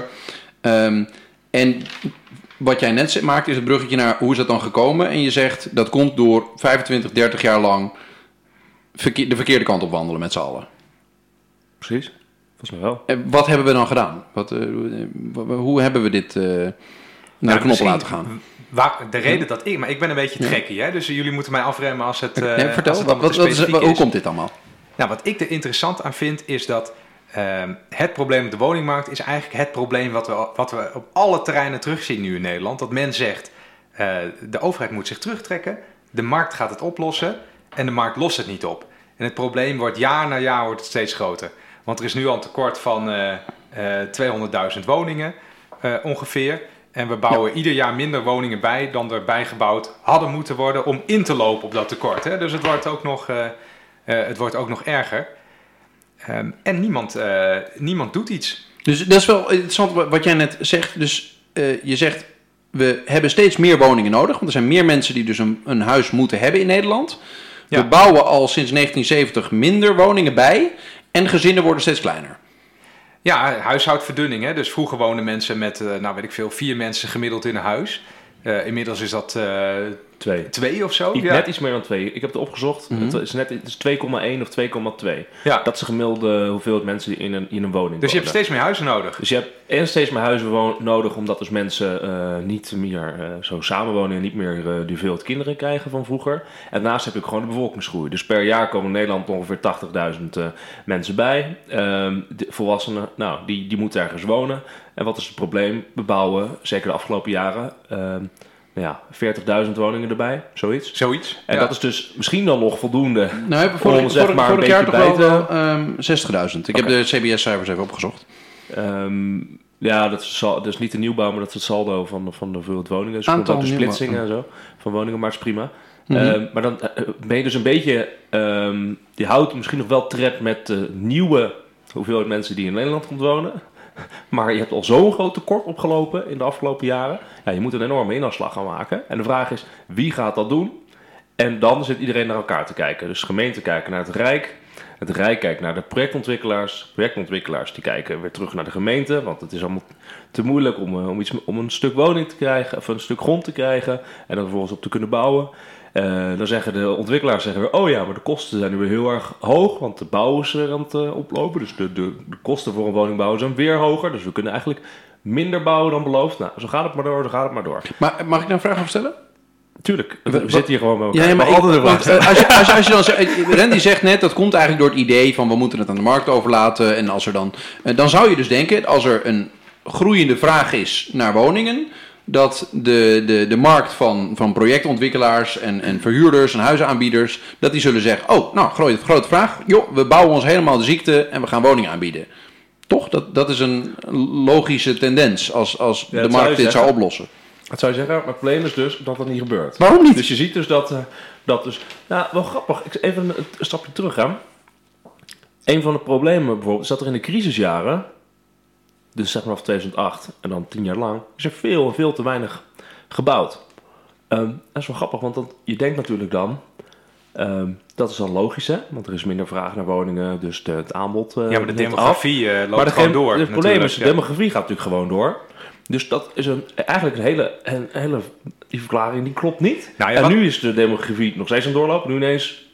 S2: Um, en wat jij net maakt is het bruggetje naar hoe is dat dan gekomen. En je zegt dat komt door vijfentwintig, dertig jaar lang verkeer, de verkeerde kant op wandelen met z'n allen.
S3: Precies. Volgens mij wel.
S2: En wat hebben we dan gedaan? Wat, uh, hoe hebben we dit uh, naar nou, de knoppen laten gaan?
S1: Waar, de reden dat ik... Maar ik ben een beetje het gekkie, hè? Dus jullie moeten mij afremmen als het... Uh,
S2: nee, vertel,
S1: als het
S2: wat, wat, wat is, hoe
S1: is.
S2: komt dit allemaal?
S1: Nou, wat ik er interessant aan vind, is dat uh, het probleem op de woningmarkt is eigenlijk het probleem wat we, wat we op alle terreinen terugzien nu in Nederland. Dat men zegt, uh, de overheid moet zich terugtrekken, de markt gaat het oplossen en de markt lost het niet op. En het probleem wordt jaar na jaar wordt het steeds groter. Want er is nu al een tekort van uh, uh, tweehonderdduizend woningen uh, ongeveer. En we bouwen ja. ieder jaar minder woningen bij dan er bijgebouwd hadden moeten worden om in te lopen op dat tekort. Hè? Dus het wordt ook nog, uh, uh, het wordt ook nog erger. Um, en niemand, uh, niemand doet iets.
S2: Dus dat is wel interessant wat jij net zegt. Dus uh, je zegt, we hebben steeds meer woningen nodig. Want er zijn meer mensen die dus een, een huis moeten hebben in Nederland. Ja. We bouwen al sinds negentien zeventig minder woningen bij. En gezinnen worden steeds kleiner.
S1: Ja, huishoudverdunning. Hè? Dus vroeger woonden mensen met, uh, nou weet ik veel, vier mensen gemiddeld in een huis. Uh, inmiddels is dat uh,
S3: twee.
S1: twee of zo.
S3: Ik,
S1: ja.
S3: Net iets meer dan twee. Ik heb het opgezocht. Mm-hmm. Het is, net, het is twee komma één of twee komma twee. Ja. Dat is de gemiddelde hoeveelheid mensen in een, in een woning
S1: Dus
S3: wonen.
S1: je hebt steeds meer huizen nodig.
S3: Dus je hebt en steeds meer huizen wo- nodig, omdat dus mensen uh, niet meer uh, zo samenwonen en niet meer uh, die hoeveelheid kinderen krijgen van vroeger. En daarnaast heb je ook gewoon de bevolkingsgroei. Dus per jaar komen in Nederland ongeveer tachtigduizend uh, mensen bij. Um, de volwassenen, nou, die, die moeten ergens wonen. En wat is het probleem? We bouwen, zeker de afgelopen jaren, uh, nou ja, veertigduizend woningen erbij, zoiets.
S1: Zoiets.
S3: En
S1: ja.
S3: dat is dus misschien dan nog voldoende.
S2: Nou, hebben we vorig,
S3: om, zeg
S2: vorig,
S3: maar,
S2: vorig
S3: een
S2: jaar toch
S3: beetje
S2: wel,
S3: bij te...
S2: wel um, zestigduizend. Ik okay. heb de C B S-cijfers even opgezocht.
S3: Um, ja, dat is, dat is niet de nieuwbouw, maar dat is het saldo van, van de hoeveelheid woningen. Dus
S2: Aantal
S3: ook de
S2: nieuwbouw.
S3: splitsing en zo van woningen, maar het is prima.
S2: Mm-hmm.
S3: Um, maar dan uh, ben je dus een beetje... Um, je houdt misschien nog wel tred met de nieuwe hoeveelheid mensen die in Nederland komt wonen. Maar je hebt al zo'n groot tekort opgelopen in de afgelopen jaren. Ja, je moet een enorme inhaalslag gaan maken. En de vraag is, wie gaat dat doen? En dan zit iedereen naar elkaar te kijken. Dus gemeenten kijken naar het Rijk. Het Rijk kijkt naar de projectontwikkelaars. Projectontwikkelaars die kijken weer terug naar de gemeente. Want het is allemaal te moeilijk om, om, iets, om een stuk woning te krijgen. Of een stuk grond te krijgen. En dan vervolgens op te kunnen bouwen. Uh, dan zeggen de ontwikkelaars zeggen weer, oh ja, maar de kosten zijn nu weer heel erg hoog. Want de bouw is weer aan het uh, oplopen. Dus de, de, de kosten voor een woningbouw zijn weer hoger. Dus we kunnen eigenlijk minder bouwen dan beloofd. Nou, zo gaat het maar door, zo gaat het maar door.
S2: Maar mag ik nou een vraag opstellen?
S3: Tuurlijk, we, we zitten hier gewoon bij elkaar.
S2: Ja, maar ik, want, uh, als, je, als, je, als je dan zegt, Randy zegt net, dat komt eigenlijk door het idee van we moeten het aan de markt overlaten. En als er dan, uh, dan zou je dus denken, als er een groeiende vraag is naar woningen, dat de, de, de markt van, van projectontwikkelaars en, en verhuurders en huizenaanbieders, dat die zullen zeggen, oh, nou, grote, grote vraag. Joh, we bouwen ons helemaal de ziekte en we gaan woningen aanbieden. Toch? Dat, dat is een logische tendens als, als ja, de markt dit zeggen. zou oplossen.
S3: Dat zou je zeggen, maar het probleem is dus dat dat niet gebeurt.
S2: Waarom niet?
S3: Dus je ziet dus dat, uh, dat dus, nou, wel grappig. Ik even een, een stapje terug gaan. Een van de problemen bijvoorbeeld is dat er in de crisisjaren, dus zeg maar vanaf tweeduizend acht en dan tien jaar lang, is er veel en veel te weinig gebouwd. Um, dat is wel grappig, want dan, je denkt natuurlijk dan, Um, dat is dan logisch, hè? Want er is minder vraag naar woningen, dus de, het aanbod uh,
S1: Ja, maar de demografie uh, loopt
S3: maar
S1: gewoon door.
S3: Het probleem is, de ja. demografie gaat natuurlijk gewoon door. Dus dat is een, eigenlijk een hele, een hele... Die verklaring die klopt niet. Nou, ja, en wat... nu is de demografie nog steeds aan het doorlopen. Nu ineens...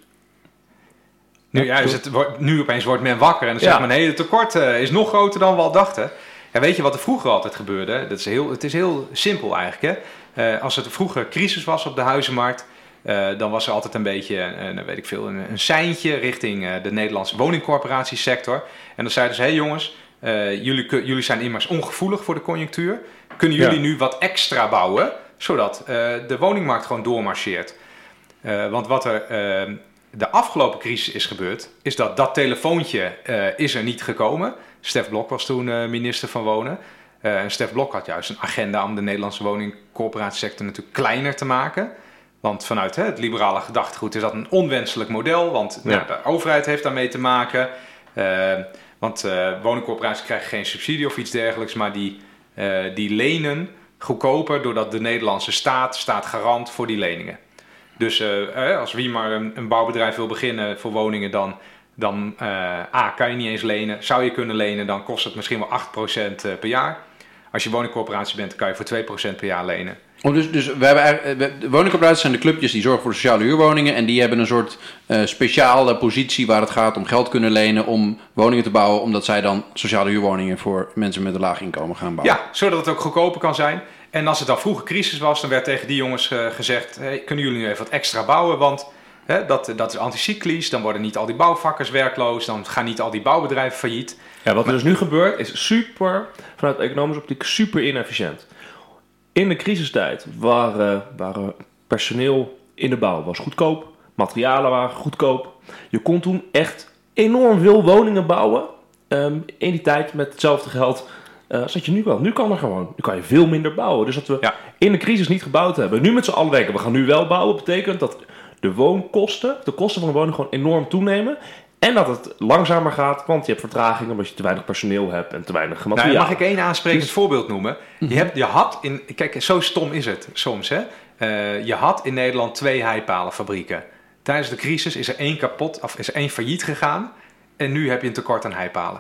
S1: Nu, ja, is het, nu opeens wordt men wakker en dan zegt ja. men... nee, het tekort uh, is nog groter dan we al dachten. Ja, weet je wat er vroeger altijd gebeurde? Dat is heel, het is heel simpel eigenlijk, hè? Uh, als het vroeger crisis was op de huizenmarkt... Uh, dan was er altijd een beetje, uh, weet ik veel, een, een seintje richting uh, de Nederlandse woningcorporatiesector. En dan zeiden ze, hé hey jongens, uh, jullie, jullie zijn immers ongevoelig voor de conjunctuur. Kunnen jullie ja. nu wat extra bouwen, zodat uh, de woningmarkt gewoon doormarcheert? Uh, want wat er uh, de afgelopen crisis is gebeurd, is dat dat telefoontje uh, is er niet gekomen. Stef Blok was toen uh, minister van Wonen. Uh, en Stef Blok had juist een agenda om de Nederlandse woningcorporatiesector natuurlijk kleiner te maken. Want vanuit hè, het liberale gedachtegoed is dat een onwenselijk model. Want ja. nou, de overheid heeft daarmee te maken. Uh, want uh, woningcorporaties krijgen geen subsidie of iets dergelijks. Maar die, uh, die lenen goedkoper doordat de Nederlandse staat staat garant voor die leningen. Dus uh, als wie maar een, een bouwbedrijf wil beginnen voor woningen, dan, dan uh, A, kan je niet eens lenen. Zou je kunnen lenen, dan kost het misschien wel acht procent per jaar. Als je woningcorporatie bent, dan kan je voor twee procent per jaar lenen.
S2: Oh, dus dus we hebben eigenlijk, de woningcorporaties zijn de clubjes die zorgen voor de sociale huurwoningen. En die hebben een soort uh, speciale positie waar het gaat om geld kunnen lenen om woningen te bouwen. Omdat zij dan sociale huurwoningen voor mensen met een laag inkomen gaan bouwen.
S1: Ja, zodat het ook goedkoper kan zijn. En als het dan vroeger crisis was, dan werd tegen die jongens uh, gezegd... Hey, kunnen jullie nu even wat extra bouwen, want hè, dat, dat is anticyclisch. Dan worden niet al die bouwvakkers werkloos, dan gaan niet al die bouwbedrijven failliet.
S3: Ja, wat er dus nu gebeurt is super, vanuit economische optiek, super inefficiënt. In de crisistijd waren, waren personeel in de bouw was goedkoop, materialen waren goedkoop. Je kon toen echt enorm veel woningen bouwen. Um, in die tijd met hetzelfde geld uh, zat je nu wel. Nu kan er gewoon. Nu kan je veel minder bouwen. Dus dat we ja. in de crisis niet gebouwd hebben. Nu met z'n allen denken, we gaan nu wel bouwen. Betekent dat de woonkosten, de kosten van de woning gewoon enorm toenemen. En dat het langzamer gaat, want je hebt vertraging omdat je te weinig personeel hebt en te weinig materiaal.
S1: Nou, mag ik één aansprekend dus... voorbeeld noemen? Je, hebt, je had in, kijk, zo stom is het soms, hè? Uh, je had in Nederland twee heipalenfabrieken. Tijdens de crisis is er één kapot, of is er één failliet gegaan. En nu heb je een tekort aan heipalen.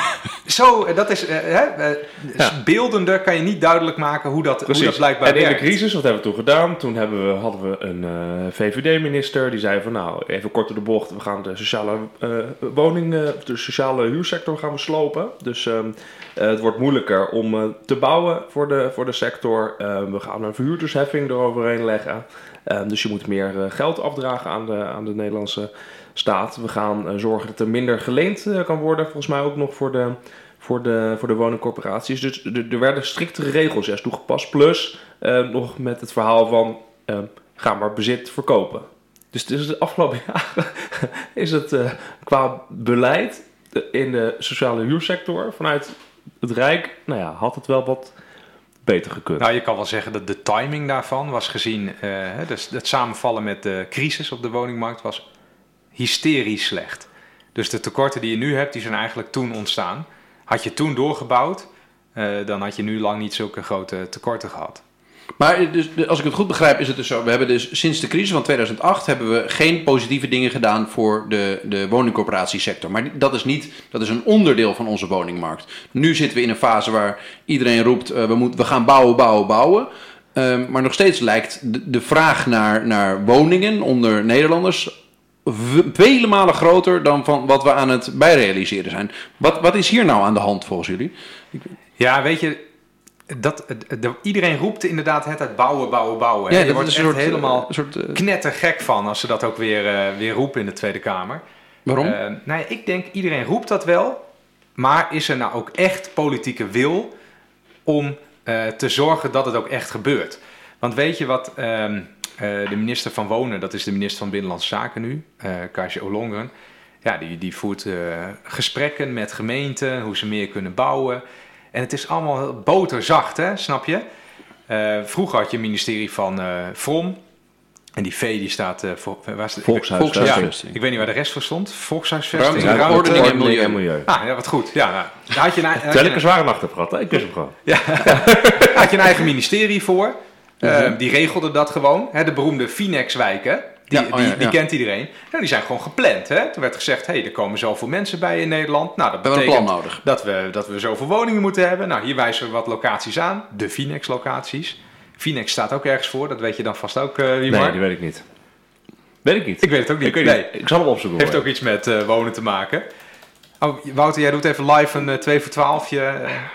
S1: Zo, dat is uh, hè, uh, ja. beeldender kan je niet duidelijk maken hoe dat, hoe dat blijkbaar
S3: en
S1: werkt.
S3: En in de crisis, wat hebben we toen gedaan? Toen hebben we, hadden we een uh, V V D-minister die zei van nou, even kort door de bocht, we gaan de sociale uh, woning, uh, de sociale huursector gaan we slopen. Dus uh, uh, het wordt moeilijker om uh, te bouwen voor de, voor de sector. Uh, we gaan een verhuurdersheffing eroverheen leggen. Uh, dus je moet meer uh, geld afdragen aan de, aan de Nederlandse staat. We gaan uh, zorgen dat er minder geleend uh, kan worden, volgens mij ook nog voor de, voor de, voor de woningcorporaties. Dus er werden striktere regels juist toegepast. Plus uh, nog met het verhaal van uh, ga maar bezit verkopen. Dus, dus de afgelopen jaren is het uh, qua beleid in de sociale huursector vanuit het Rijk, nou ja, had het wel wat beter gekund.
S1: Nou, je kan wel zeggen dat de timing daarvan was gezien, uh, dus het samenvallen met de crisis op de woningmarkt was hysterisch slecht. Dus de tekorten die je nu hebt, die zijn eigenlijk toen ontstaan. Had je toen doorgebouwd, uh, dan had je nu lang niet zulke grote tekorten gehad.
S2: Maar dus, als ik het goed begrijp, is het dus zo. We hebben dus sinds de crisis van tweeduizend acht hebben we geen positieve dingen gedaan voor de, de woningcorporatiesector. Maar dat is niet, dat is een onderdeel van onze woningmarkt. Nu zitten we in een fase waar iedereen roept, uh, we, moeten, we gaan bouwen, bouwen, bouwen. Uh, maar nog steeds lijkt de, de vraag naar, naar woningen onder Nederlanders vele malen groter dan van wat we aan het bijrealiseren zijn. Wat, wat is hier nou aan de hand volgens jullie?
S1: Ja, weet je, dat, de, iedereen roept inderdaad het uit bouwen, bouwen, bouwen. Ja, je wordt er echt soort, helemaal een soort, uh, knettergek van als ze dat ook weer, uh, weer roepen in de Tweede Kamer.
S2: Waarom?
S1: Uh, nou ja, ik denk, iedereen roept dat wel, maar is er nou ook echt politieke wil om uh, te zorgen dat het ook echt gebeurt? Want weet je wat... Um, Uh, de minister van Wonen, dat is de minister van Binnenlandse Zaken nu, uh, Kaartje Ollongren. Ja, die, die voert uh, gesprekken met gemeenten, hoe ze meer kunnen bouwen. En het is allemaal boterzacht, hè, snap je? Uh, vroeger had je een ministerie van uh, Vrom. En die V die staat uh, voor... Waar is de,
S2: Volkshuisvesting.
S1: Ja, ik weet niet waar de rest voor stond. Volkshuisvesting.
S3: Ruimte, ruimte, ordening en milieu. en milieu.
S1: Ah, ja, wat goed. Ja, nou, daar had je een,
S3: Terwijl ik een zware nacht heb gehad, hè? Ik wist hem gewoon.
S1: Ja, daar had je een eigen ministerie voor. Uh, die regelde dat gewoon. Hè, de beroemde Finex-wijken. Die,
S2: Ja, oh
S1: die,
S2: ja,
S1: die
S2: ja.
S1: kent iedereen. Nou, die zijn gewoon gepland. Hè? Toen werd gezegd, hey, er komen zoveel mensen bij in Nederland. Nou, dat
S2: We hebben een
S1: betekent
S2: plan nodig.
S1: dat we, dat we zoveel woningen moeten hebben. Nou, hier wijzen we wat locaties aan. De Finex-locaties. Finex staat ook ergens voor. Dat weet je dan vast ook, uh, Wimar.
S3: Nee, die weet ik niet. Weet ik niet.
S1: Ik weet het ook niet.
S3: Ik, weet
S1: nee.
S3: niet. Ik zal hem opzoeken.
S1: Heeft
S3: hoor.
S1: ook iets met uh, wonen te maken. Oh, Wouter, jij doet even live een uh, twee voor twaalf. Uh,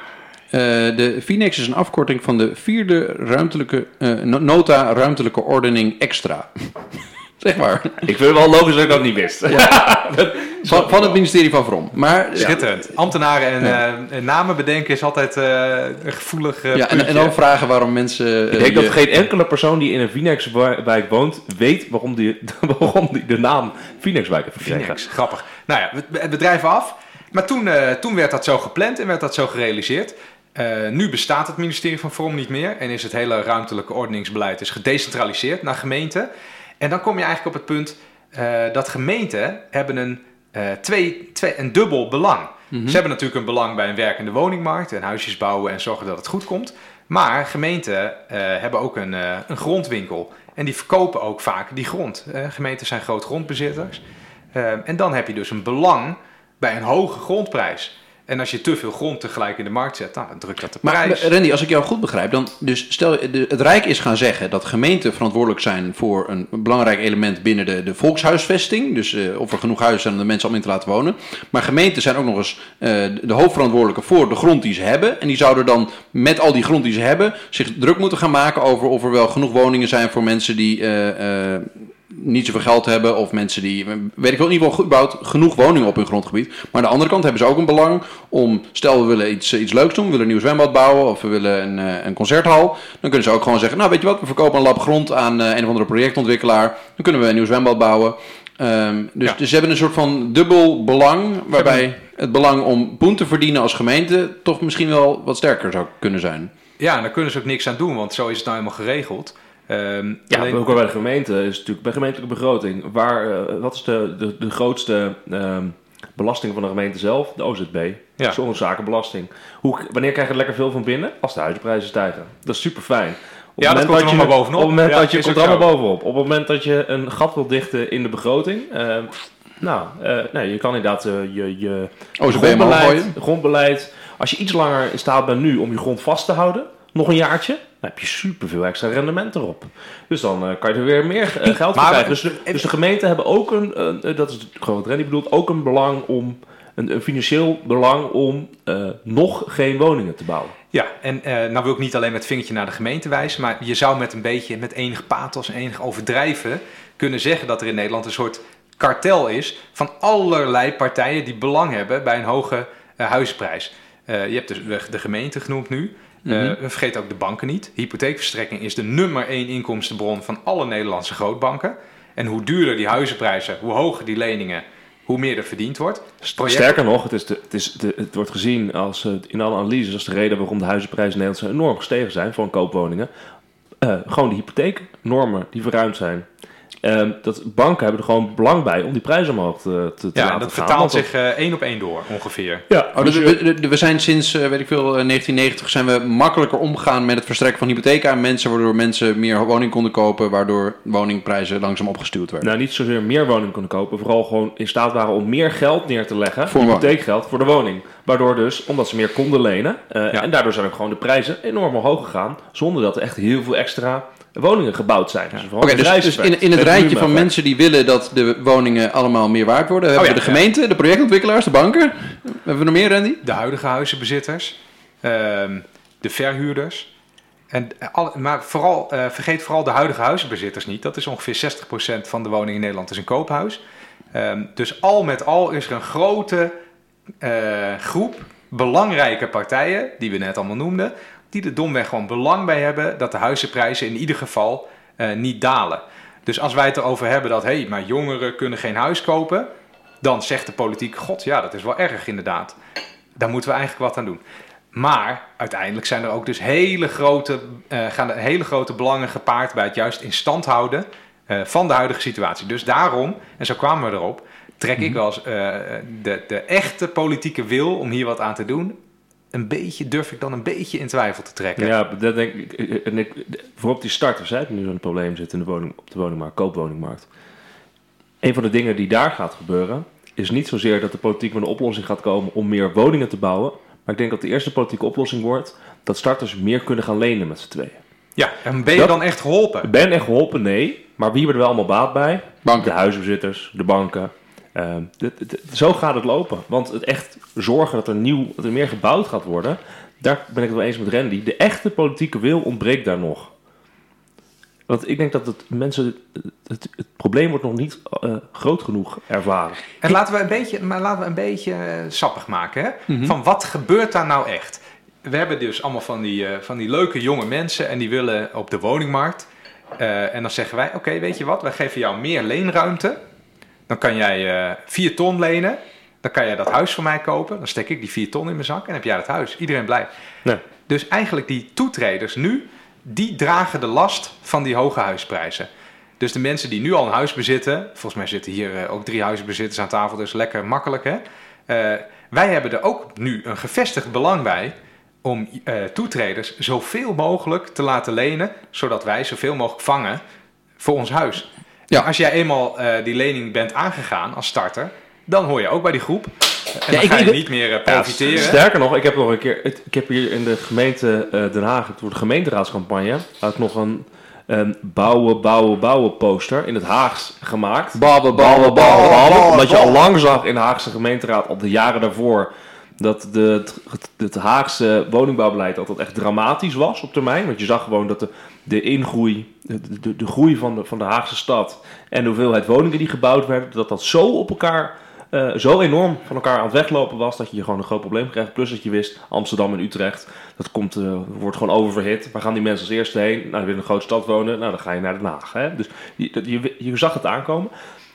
S2: Uh, de Finex is een afkorting van de vierde ruimtelijke, uh, nota ruimtelijke ordening extra. Zeg maar.
S3: Ik vind het wel logisch dat ik dat niet wist.
S2: Ja. van, van het ministerie van Vrom. Maar,
S1: Schitterend. Ambtenaren en
S2: Ja.
S1: uh, namen bedenken is altijd uh, een gevoelig uh,
S2: ja, en, en dan vragen waarom mensen... Uh,
S3: Ik denk
S2: je,
S3: dat geen enkele persoon die in een Finex-wijk woont, weet waarom die, waarom die de naam Finex-wijk heeft gekregen.
S1: Finex, grappig. Nou ja, we, het bedrijf af. Maar toen, uh, toen werd dat zo gepland en werd dat zo gerealiseerd. Uh, nu bestaat het ministerie van Vrom niet meer en is het hele ruimtelijke ordeningsbeleid is gedecentraliseerd naar gemeenten. En dan kom je eigenlijk op het punt uh, dat gemeenten hebben een, uh, twee, twee, een dubbel belang. Mm-hmm. Ze hebben natuurlijk een belang bij een werkende woningmarkt en huisjes bouwen en zorgen dat het goed komt. Maar gemeenten uh, hebben ook een, uh, een grondwinkel en die verkopen ook vaak die grond. Uh, gemeenten zijn groot grondbezitters. Uh, en dan heb je dus een belang bij een hoge grondprijs. En als je te veel grond tegelijk in de markt zet, nou, dan drukt dat de prijs.
S2: Maar Randy, als ik jou goed begrijp, dan dus stel de, het Rijk is gaan zeggen dat gemeenten verantwoordelijk zijn voor een belangrijk element binnen de, de volkshuisvesting. Dus uh, of er genoeg huizen zijn om de mensen allemaal in te laten wonen. Maar gemeenten zijn ook nog eens uh, de hoofdverantwoordelijke voor de grond die ze hebben. En die zouden dan met al die grond die ze hebben zich druk moeten gaan maken over of er wel genoeg woningen zijn voor mensen die... Uh, uh, niet zoveel geld hebben of mensen die, weet ik wel, in ieder geval überhaupt genoeg woningen op hun grondgebied. Maar aan de andere kant hebben ze ook een belang om, stel we willen iets, iets leuks doen, we willen een nieuw zwembad bouwen of we willen een, een concerthal. Dan kunnen ze ook gewoon zeggen, nou weet je wat, we verkopen een lap grond aan een of andere projectontwikkelaar. Dan kunnen we een nieuw zwembad bouwen. Um, dus, ja. dus ze hebben een soort van dubbel belang, waarbij het belang om poen te verdienen als gemeente toch misschien wel wat sterker zou kunnen zijn.
S1: Ja, en daar kunnen ze ook niks aan doen, want zo is het nou helemaal geregeld. Um,
S3: ja,
S1: alleen...
S3: ook bij de gemeente is natuurlijk bij gemeentelijke begroting. Waar, uh, wat is de, de, de grootste um, belasting van de gemeente zelf? De O Z B.
S1: Ja.
S3: Zonnezakenbelasting. Hoe, wanneer krijg je er lekker veel van binnen? Als de huizenprijzen stijgen. Dat is super fijn.
S1: Op ja, dat komt er nog maar bovenop.
S3: Op het moment
S1: ja,
S3: dat je komt er allemaal bovenop. Op het moment dat je een gat wil dichten in de begroting. Uh, nou, uh, nee, je kan inderdaad uh, je, je
S2: O Z B
S3: grondbeleid, grondbeleid. Als je iets langer in staat bent nu om je grond vast te houden. Nog een jaartje, dan heb je superveel extra rendement erop. Dus dan uh, kan je er weer meer uh, geld voor krijgen. Dus de, dus de gemeenten hebben ook een, uh, dat is gewoon wat Randy bedoelt, ook een belang om, een, een financieel belang om uh, nog geen woningen te bouwen.
S1: Ja, en uh, nou wil ik niet alleen met het vingertje naar de gemeente wijzen, maar je zou met een beetje, met enig pathos en enig overdrijven kunnen zeggen dat er in Nederland een soort kartel is van allerlei partijen die belang hebben bij een hoge uh, huizenprijs. Uh, je hebt dus de, de gemeente genoemd nu. Uh, mm-hmm. We vergeten ook de banken niet. Hypotheekverstrekking is de nummer één inkomstenbron van alle Nederlandse grootbanken. En hoe duurder die huizenprijzen, hoe hoger die leningen, hoe meer er verdiend wordt.
S3: Project... Sterker nog, het, is de, het, is de, het wordt gezien als, uh, in alle analyses als de reden waarom de huizenprijzen in Nederland zo enorm gestegen zijn voor koopwoningen. Uh, gewoon de hypotheeknormen die verruimd zijn. Um, dat banken hebben er gewoon belang bij om die prijzen omhoog te, te, te
S1: ja,
S3: laten
S1: dat
S3: gaan.
S1: vertaalt zich uh, één op één door, ongeveer.
S2: Ja, oh, dus we, we zijn sinds, uh, weet ik veel, uh, negentien negentig zijn we makkelijker omgegaan met het verstrekken van hypotheken aan mensen, waardoor mensen meer woning konden kopen, waardoor woningprijzen langzaam opgestuurd werden.
S3: Nou, niet zozeer meer woning konden kopen, vooral gewoon in staat waren om meer geld neer te leggen, voor hypotheekgeld voor de woning. Waardoor dus, omdat ze meer konden lenen, uh, ja. en daardoor zijn ook gewoon de prijzen enorm omhoog gegaan, zonder dat er echt heel veel extra woningen gebouwd zijn. Dus,
S2: Oké, okay, dus, dus in, in het rijtje van mensen die willen dat de woningen allemaal meer waard worden, hebben oh, ja, we de gemeente, ja. de projectontwikkelaars, de banken. Hebben we nog meer, Randy?
S1: De huidige huizenbezitters, um, de verhuurders. En, al, maar vooral, uh, vergeet vooral de huidige huizenbezitters niet. Dat is ongeveer zestig procent van de woningen in Nederland is een koophuis. Um, dus al met al is er een grote uh, groep belangrijke partijen, die we net allemaal noemden, die er domweg gewoon belang bij hebben dat de huizenprijzen in ieder geval uh, niet dalen. Dus als wij het erover hebben dat, hé, hey, maar jongeren kunnen geen huis kopen, dan zegt de politiek, god ja, dat is wel erg inderdaad. Daar moeten we eigenlijk wat aan doen. Maar uiteindelijk zijn er ook dus hele grote, uh, gaan er hele grote belangen gepaard bij het juist in stand houden uh, van de huidige situatie. Dus daarom, en zo kwamen we erop, trek ik als uh, de, de echte politieke wil om hier wat aan te doen een beetje, durf ik dan een beetje in twijfel te trekken.
S3: Ja, dat denk ik. En ik voorop die starters, hè, die nu zo'n probleem zitten in de woning, op de woningmarkt, koopwoningmarkt. Een van de dingen die daar gaat gebeuren, is niet zozeer dat de politiek met een oplossing gaat komen om meer woningen te bouwen. Maar ik denk dat de eerste politieke oplossing wordt dat starters meer kunnen gaan lenen met z'n tweeën.
S1: Ja, en ben je
S3: dat,
S1: dan echt geholpen?
S3: Ben echt geholpen? Nee. Maar wie hebben er wel allemaal baat bij?
S2: Banken.
S3: De huisbezitters, de banken. Uh, dit, dit, zo gaat het lopen. Want het echt zorgen dat er, nieuw, dat er meer gebouwd gaat worden, daar ben ik het wel eens met Randy. De echte politieke wil ontbreekt daar nog. Want ik denk dat het mensen het, het, het probleem wordt nog niet uh, groot genoeg ervaren.
S1: En laten we een beetje, maar laten we een beetje uh, sappig maken. Hè?
S2: Mm-hmm.
S1: Van wat gebeurt daar nou echt? We hebben dus allemaal van die, uh, van die leuke jonge mensen en die willen op de woningmarkt. Uh, en dan zeggen wij, oké, okay, weet je wat? Wij geven jou meer leenruimte. Dan kan jij uh, vier ton lenen. Dan kan jij dat huis voor mij kopen. Dan steek ik die vier ton in mijn zak en heb jij dat huis. Iedereen blij.
S3: Nee.
S1: Dus eigenlijk die toetreders nu, die dragen de last van die hoge huisprijzen. Dus de mensen die nu al een huis bezitten, volgens mij zitten hier uh, ook drie huisbezitters aan tafel, dus lekker makkelijk hè. Uh, wij hebben er ook nu een gevestigd belang bij om uh, toetreders zoveel mogelijk te laten lenen, zodat wij zoveel mogelijk vangen voor ons huis. Ja. Als jij eenmaal uh, die lening bent aangegaan als starter, dan hoor je ook bij die groep. En ja, dan ga je ik, niet meer uh, profiteren.
S3: Ja, sterker nog, ik heb nog een keer, ik heb hier in de gemeente uh, Den Haag, voor de gemeenteraadscampagne, had ik nog een um, bouwen, bouwen, bouwen poster in het Haags gemaakt.
S2: Bouwen, bouwen, bouwen, bouwen.
S3: Omdat je al lang zag in de Haagse gemeenteraad, al de jaren daarvoor, dat de, het, het Haagse woningbouwbeleid altijd echt dramatisch was op termijn. Want je zag gewoon dat de, de ingroei, de, de, de groei van de, van de Haagse stad en de hoeveelheid woningen die gebouwd werden, dat dat zo op elkaar, uh, zo enorm van elkaar aan het weglopen was, dat je gewoon een groot probleem kreeg. Plus dat je wist, Amsterdam en Utrecht, dat komt, uh, wordt gewoon oververhit. Waar gaan die mensen als eerste heen? Nou, die willen in een grote stad wonen. Nou, dan ga je naar Den Haag. Hè? Dus je, je, je zag het aankomen.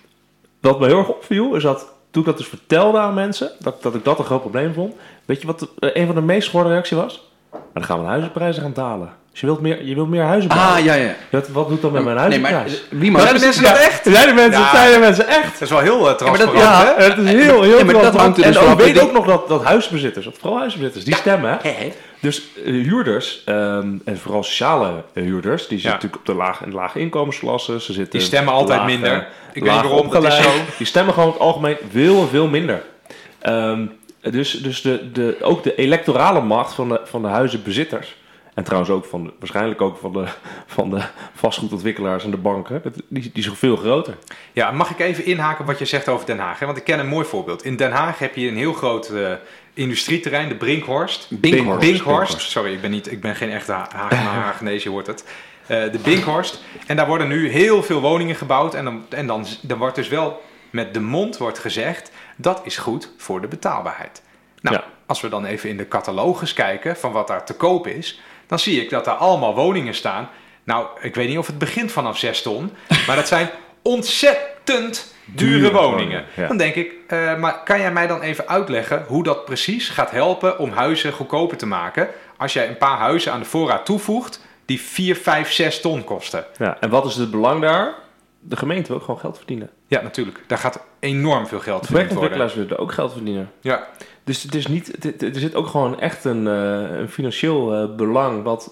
S3: Wat me heel erg opviel, is dat toen ik dat dus vertelde aan mensen, dat, dat ik dat een groot probleem vond. Weet je wat de, een van de meest gehoorde reacties was? Maar dan gaan we de huizenprijzen gaan dalen. Dus je wilt meer, je wilt meer huizen bouwen.
S2: Ah, ja, ja.
S3: Wat, wat doet dat met mijn huizenprijs?
S2: Nee, maar wie maar
S1: zijn de mensen dat echt?
S3: Zijn de mensen, ja. zijn de mensen echt?
S1: Dat is wel heel uh, transparant.
S3: Ja, dat, ja, het is heel, heel
S2: ja, maar dat hangt er dus
S3: en
S2: vanaf.
S3: ik weet die... ook nog dat, dat huisbezitters, of vooral huisbezitters, die ja. stemmen. Hè?
S2: He, he.
S3: Dus uh, huurders, um, en vooral sociale uh, huurders, die zitten ja. natuurlijk op de lage, in de lage inkomensklassen. Ze zitten
S1: die stemmen altijd
S3: laag,
S1: minder.
S3: Uh,
S1: ik weet niet waarom, dat is zo.
S3: Die stemmen gewoon in het algemeen veel en veel minder. Um, dus dus de, de, ook de electorale macht van de, van de huizenbezitters, en trouwens ook van de, waarschijnlijk ook van de, van de vastgoedontwikkelaars en de banken, die, die is veel groter.
S1: Ja, mag ik even inhaken op wat je zegt over Den Haag? Hè? Want ik ken een mooi voorbeeld. In Den Haag heb je een heel groot uh, industrieterrein, de Brinkhorst.
S2: Binkhorst.
S1: Binkhorst. Binkhorst. Sorry, ik ben, niet, ik ben geen echte Haagenees, je hoort het. Uh, de Binkhorst. En daar worden nu heel veel woningen gebouwd. En, dan, en dan, dan wordt dus wel met de mond wordt gezegd, dat is goed voor de betaalbaarheid. Nou, ja. Als we dan even in de catalogus kijken van wat daar te koop is, dan zie ik dat daar allemaal woningen staan. Nou, ik weet niet of het begint vanaf zes ton, maar dat zijn ontzettend dure, dure woningen. Ja. Dan denk ik, uh, maar kan jij mij dan even uitleggen hoe dat precies gaat helpen om huizen goedkoper te maken, als jij een paar huizen aan de voorraad toevoegt die vier, vijf, zes ton kosten?
S3: Ja, en wat is het belang daar? De gemeente wil ook gewoon geld verdienen.
S1: Ja, natuurlijk. Daar gaat enorm veel geld verdiend worden.
S3: Projectontwikkelaars willen ook geld verdienen.
S1: Ja.
S3: Dus het is niet, het, er zit ook gewoon echt een, uh, een financieel uh, belang, wat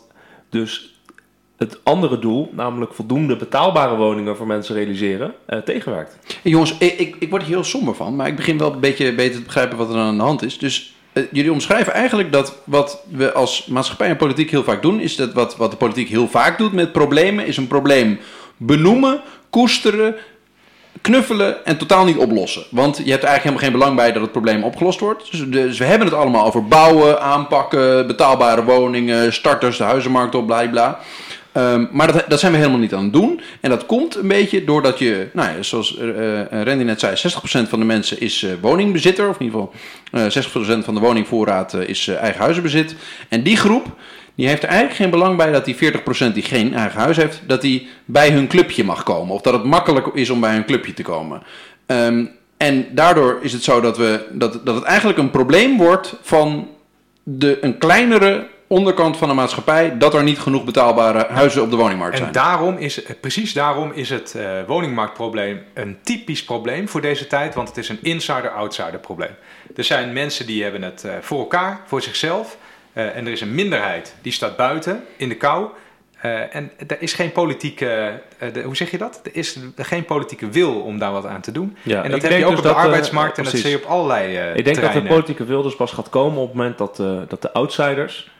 S3: dus het andere doel, namelijk voldoende betaalbare woningen voor mensen realiseren, uh, tegenwerkt.
S2: Hey jongens, ik, ik, ik word er heel somber van, maar ik begin wel een beetje beter te begrijpen wat er aan de hand is. Dus uh, jullie omschrijven eigenlijk dat wat we als maatschappij en politiek heel vaak doen, is dat wat, wat de politiek heel vaak doet met problemen, is een probleem benoemen, koesteren, knuffelen en totaal niet oplossen. Want je hebt er eigenlijk helemaal geen belang bij dat het probleem opgelost wordt. Dus, dus we hebben het allemaal over bouwen, aanpakken, betaalbare woningen, starters, de huizenmarkt op, bla bla. Um, maar dat, dat zijn we helemaal niet aan het doen. En dat komt een beetje doordat je, nou ja, zoals uh, Randy net zei, zestig procent van de mensen is uh, woningbezitter. Of in ieder geval uh, zestig procent van de woningvoorraad uh, is uh, eigen huizenbezit. En die groep, die heeft er eigenlijk geen belang bij dat die veertig procent die geen eigen huis heeft, dat die bij hun clubje mag komen. Of dat het makkelijk is om bij hun clubje te komen. Um, en daardoor is het zo dat, we, dat, dat het eigenlijk een probleem wordt van de, een kleinere onderkant van de maatschappij dat er niet genoeg betaalbare huizen op de woningmarkt zijn.
S1: En daarom is, precies daarom is het uh, woningmarktprobleem een typisch probleem voor deze tijd, want het is een insider-outsider probleem. Er zijn mensen die hebben het uh, voor elkaar, voor zichzelf, uh, en er is een minderheid die staat buiten in de kou. Uh, en er is geen politieke, uh, de, hoe zeg je dat? Er is geen politieke wil om daar wat aan te doen.
S3: Ja,
S1: en dat heb je ook
S3: dus
S1: op de
S3: dat,
S1: arbeidsmarkt
S3: uh,
S1: en dat zie je op allerlei uh,
S3: Ik denk
S1: terreinen.
S3: dat de politieke wil dus pas gaat komen op het moment dat, uh, dat de outsiders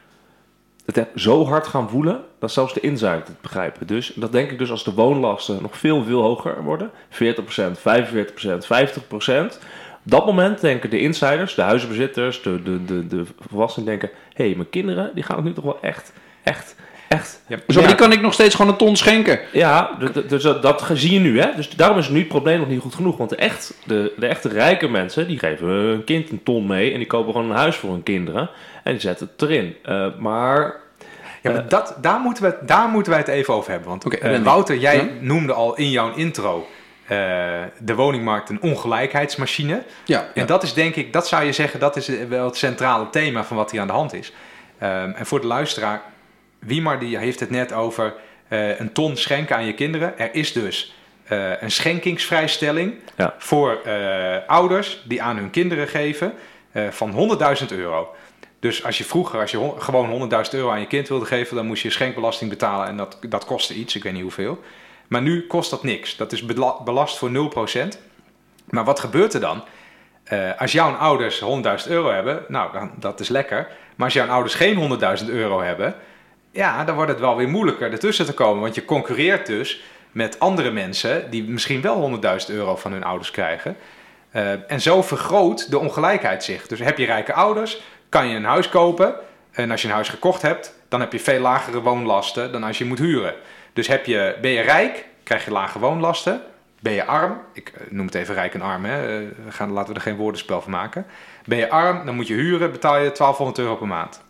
S3: het zo hard gaan voelen dat zelfs de insiders het begrijpen. Dus dat denk ik dus als de woonlasten nog veel, veel hoger worden. veertig procent, vijfenveertig procent, vijftig procent. Op dat moment denken de insiders, de huizenbezitters, de, de, de, de volwassenen denken, hé, hey, mijn kinderen die gaan het nu toch wel echt, echt... Echt.
S2: Ja, dus ja. Die kan ik nog steeds gewoon een ton schenken.
S3: Ja, dus dat, dat zie je nu. Hè? Dus daarom is nu het probleem nog niet goed genoeg. Want de, echt, de, de echte rijke mensen, die geven hun kind een ton mee. En die kopen gewoon een huis voor hun kinderen. En die zetten het erin. Uh, maar...
S1: Ja, maar dat, daar, moeten we, daar moeten wij het even over hebben. Want okay, uh, Wouter, jij ja? noemde al in jouw intro uh, de woningmarkt een ongelijkheidsmachine. Ja, en ja. dat is denk ik, dat zou je zeggen, dat is wel het centrale thema van wat hier aan de hand is. Um, en voor de luisteraar... Wiemar die heeft het net over uh, een ton schenken aan je kinderen. Er is dus uh, een schenkingsvrijstelling ja. voor uh, ouders die aan hun kinderen geven uh, van honderdduizend euro. Dus als je vroeger, als je ho- gewoon honderdduizend euro aan je kind wilde geven, dan moest je schenkbelasting betalen en dat, dat kostte iets, ik weet niet hoeveel. Maar nu kost dat niks. Dat is bela- belast voor nul procent. Maar wat gebeurt er dan? Uh, als jouw ouders honderdduizend euro hebben, nou, dan, dat is lekker. Maar als jouw ouders geen honderdduizend euro hebben... Ja, dan wordt het wel weer moeilijker ertussen te komen. Want je concurreert dus met andere mensen die misschien wel honderdduizend euro van hun ouders krijgen. Uh, en zo vergroot de ongelijkheid zich. Dus heb je rijke ouders, kan je een huis kopen. En als je een huis gekocht hebt, dan heb je veel lagere woonlasten dan als je moet huren. Dus heb je, ben je rijk, krijg je lage woonlasten. Ben je arm, ik noem het even rijk en arm, hè. Uh, we gaan, laten we er geen woordenspel van maken. Ben je arm, dan moet je huren, betaal je twaalfhonderd euro per maand.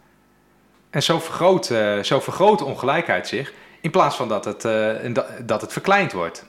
S1: En zo vergroot, uh, zo vergroot de ongelijkheid zich, in plaats van dat het, uh, dat het verkleind wordt.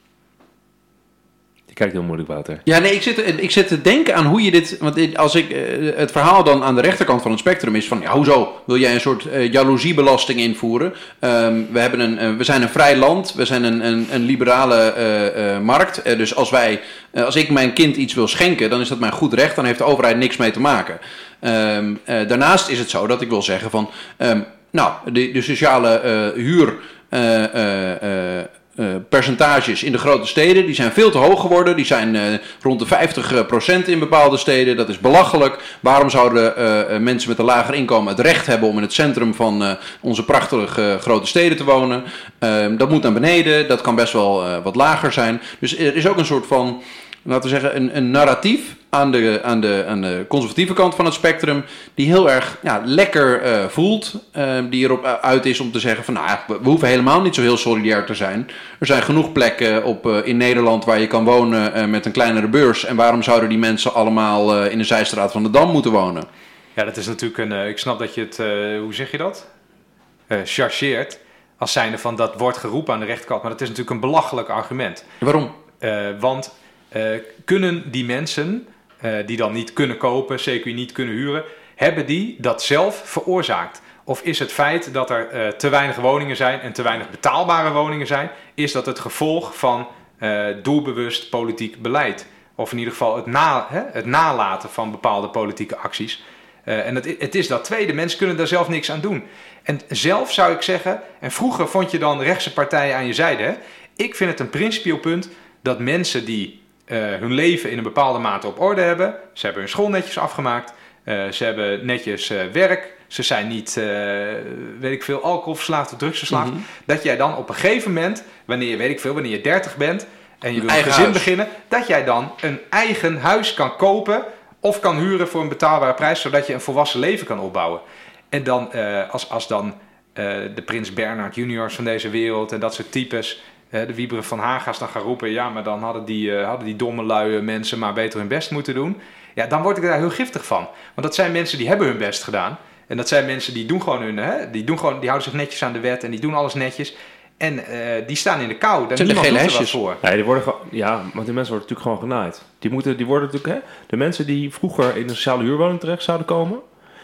S3: Je kijkt heel moeilijk, Wouter.
S2: Ja, nee, ik zit, ik zit te denken aan hoe je dit... Want als ik uh, het verhaal dan aan de rechterkant van het spectrum is van... Ja, hoezo? Wil jij een soort uh, jaloeziebelasting invoeren? Um, we, hebben een, uh, we zijn een vrij land, we zijn een, een, een liberale uh, uh, markt. Uh, dus als, wij, uh, als ik mijn kind iets wil schenken, dan is dat mijn goed recht. Dan heeft de overheid niks mee te maken. Um, uh, daarnaast is het zo dat ik wil zeggen van... Um, nou, de, de sociale uh, huur... Uh, uh, uh, Uh, percentages in de grote steden, die zijn veel te hoog geworden. Die zijn uh, rond de vijftig procent in bepaalde steden. Dat is belachelijk. Waarom zouden uh, mensen met een lager inkomen het recht hebben om in het centrum van uh, onze prachtige uh, grote steden te wonen? Uh, dat moet naar beneden. Dat kan best wel uh, wat lager zijn. Dus er is ook een soort van, laten we zeggen, een, een narratief aan de, aan, de, aan de conservatieve kant van het spectrum, die heel erg ja, lekker uh, voelt, uh, die erop uit is om te zeggen van, nou ja, we hoeven helemaal niet zo heel solidair te zijn. Er zijn genoeg plekken op, uh, in Nederland waar je kan wonen uh, met een kleinere beurs. En waarom zouden die mensen allemaal uh, in de zijstraat van de Dam moeten wonen?
S1: Ja, dat is natuurlijk een, uh, ik snap dat je het, uh, hoe zeg je dat? Uh, chargeert, als zijnde van dat wordt geroepen aan de rechterkant. Maar dat is natuurlijk een belachelijk argument.
S2: Waarom?
S1: Uh, want uh, kunnen die mensen... Uh, die dan niet kunnen kopen, zeker niet kunnen huren, hebben die dat zelf veroorzaakt? Of is het feit dat er uh, te weinig woningen zijn en te weinig betaalbare woningen zijn, is dat het gevolg van uh, doelbewust politiek beleid? Of in ieder geval het, na, hè, het nalaten van bepaalde politieke acties. Uh, en het, het is dat tweede, mensen kunnen daar zelf niks aan doen. En zelf zou ik zeggen, en vroeger vond je dan rechtse partijen aan je zijde, hè? Ik vind het een principieel punt dat mensen die Uh, hun leven in een bepaalde mate op orde hebben. Ze hebben hun school netjes afgemaakt. Uh, ze hebben netjes uh, werk. Ze zijn niet, uh, weet ik veel, alcoholverslaafd of drugsverslaafd. Mm-hmm. Dat jij dan op een gegeven moment, wanneer je, weet ik veel, wanneer je dertig bent en je wil een gezin huis. beginnen, dat jij dan een eigen huis kan kopen of kan huren voor een betaalbare prijs, zodat je een volwassen leven kan opbouwen. En dan, uh, als, als dan uh, de Prins Bernhard juniors van deze wereld en dat soort types, de Wieberen van Haga's dan gaan roepen, ja, maar dan hadden die, uh, hadden die domme luie mensen maar beter hun best moeten doen. Ja, dan word ik daar heel giftig van. Want dat zijn mensen die hebben hun best gedaan. En dat zijn mensen die doen gewoon hun, hè, die, doen gewoon, die houden zich netjes aan de wet en die doen alles netjes. En uh, die staan in de kou. Daar niemand doet er wat voor.
S3: Ja, die worden gewoon, ja, want die mensen worden natuurlijk gewoon genaaid. Die, moeten, die worden natuurlijk, hè, de mensen die vroeger in een sociale huurwoning terecht zouden komen,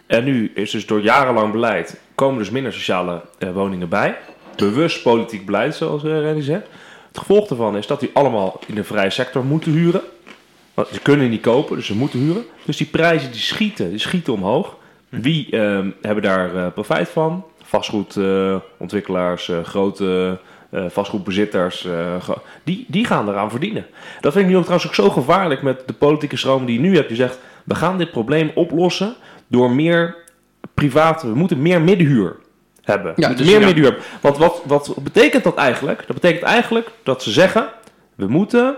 S3: En nu is dus door jarenlang beleid, komen dus minder sociale uh, woningen bij. Bewust politiek beleid, zoals uh, Randy zegt. Het gevolg daarvan is dat die allemaal in de vrije sector moeten huren. Want ze kunnen niet kopen, dus ze moeten huren. Dus die prijzen die schieten, die schieten omhoog. Wie uh, hebben daar uh, profijt van? Vastgoedontwikkelaars, uh, uh, grote uh, vastgoedbezitters, uh, gro- die, die gaan eraan verdienen. Dat vind ik nu ook trouwens ook zo gevaarlijk met de politieke stroom die je nu hebt. Die zegt, we gaan dit probleem oplossen door meer private, we moeten meer middenhuur hebben.
S2: Ja,
S3: we
S2: dus
S3: meer
S2: ja.
S3: middenhuur hebben. Want wat, wat betekent dat eigenlijk? Dat betekent eigenlijk dat ze zeggen, we moeten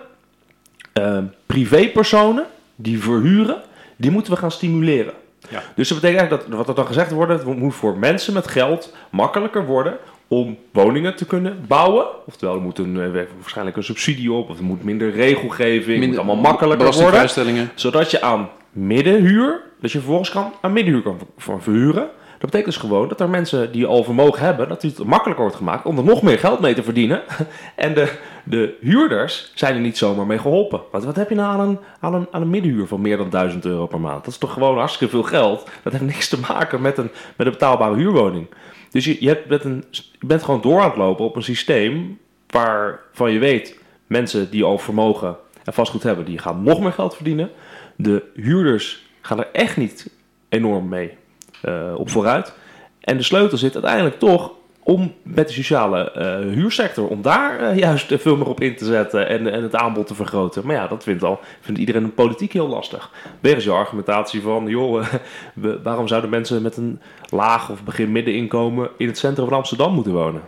S3: uh, privépersonen die verhuren, die moeten we gaan stimuleren. Ja. Dus dat betekent eigenlijk dat wat er dan gezegd wordt, het moet voor mensen met geld makkelijker worden om woningen te kunnen bouwen. Oftewel, er moet een, er waarschijnlijk een subsidie op, of er moet minder regelgeving, het moet allemaal makkelijker worden. Zodat je aan middenhuur, dat je vervolgens kan aan middenhuur kan ver- verhuren. Dat betekent dus gewoon dat er mensen die al vermogen hebben, dat het makkelijker wordt gemaakt om er nog meer geld mee te verdienen. En de, de huurders zijn er niet zomaar mee geholpen. Want wat heb je nou aan een, aan, een, aan een middenhuur van meer dan duizend euro per maand? Dat is toch gewoon hartstikke veel geld. Dat heeft niks te maken met een, met een betaalbare huurwoning. Dus je, je, hebt met een, je bent gewoon door aan het lopen op een systeem waarvan je weet, mensen die al vermogen en vastgoed hebben, die gaan nog meer geld verdienen. De huurders gaan er echt niet enorm mee uh, op vooruit. En de sleutel zit uiteindelijk toch om met de sociale uh, huursector, om daar uh, juist veel meer op in te zetten en, en het aanbod te vergroten. Maar ja, dat vindt, al, vindt iedereen in politiek heel lastig. Weer is je argumentatie van, joh, uh, we, waarom zouden mensen met een laag of begin middeninkomen in het centrum van Amsterdam moeten wonen?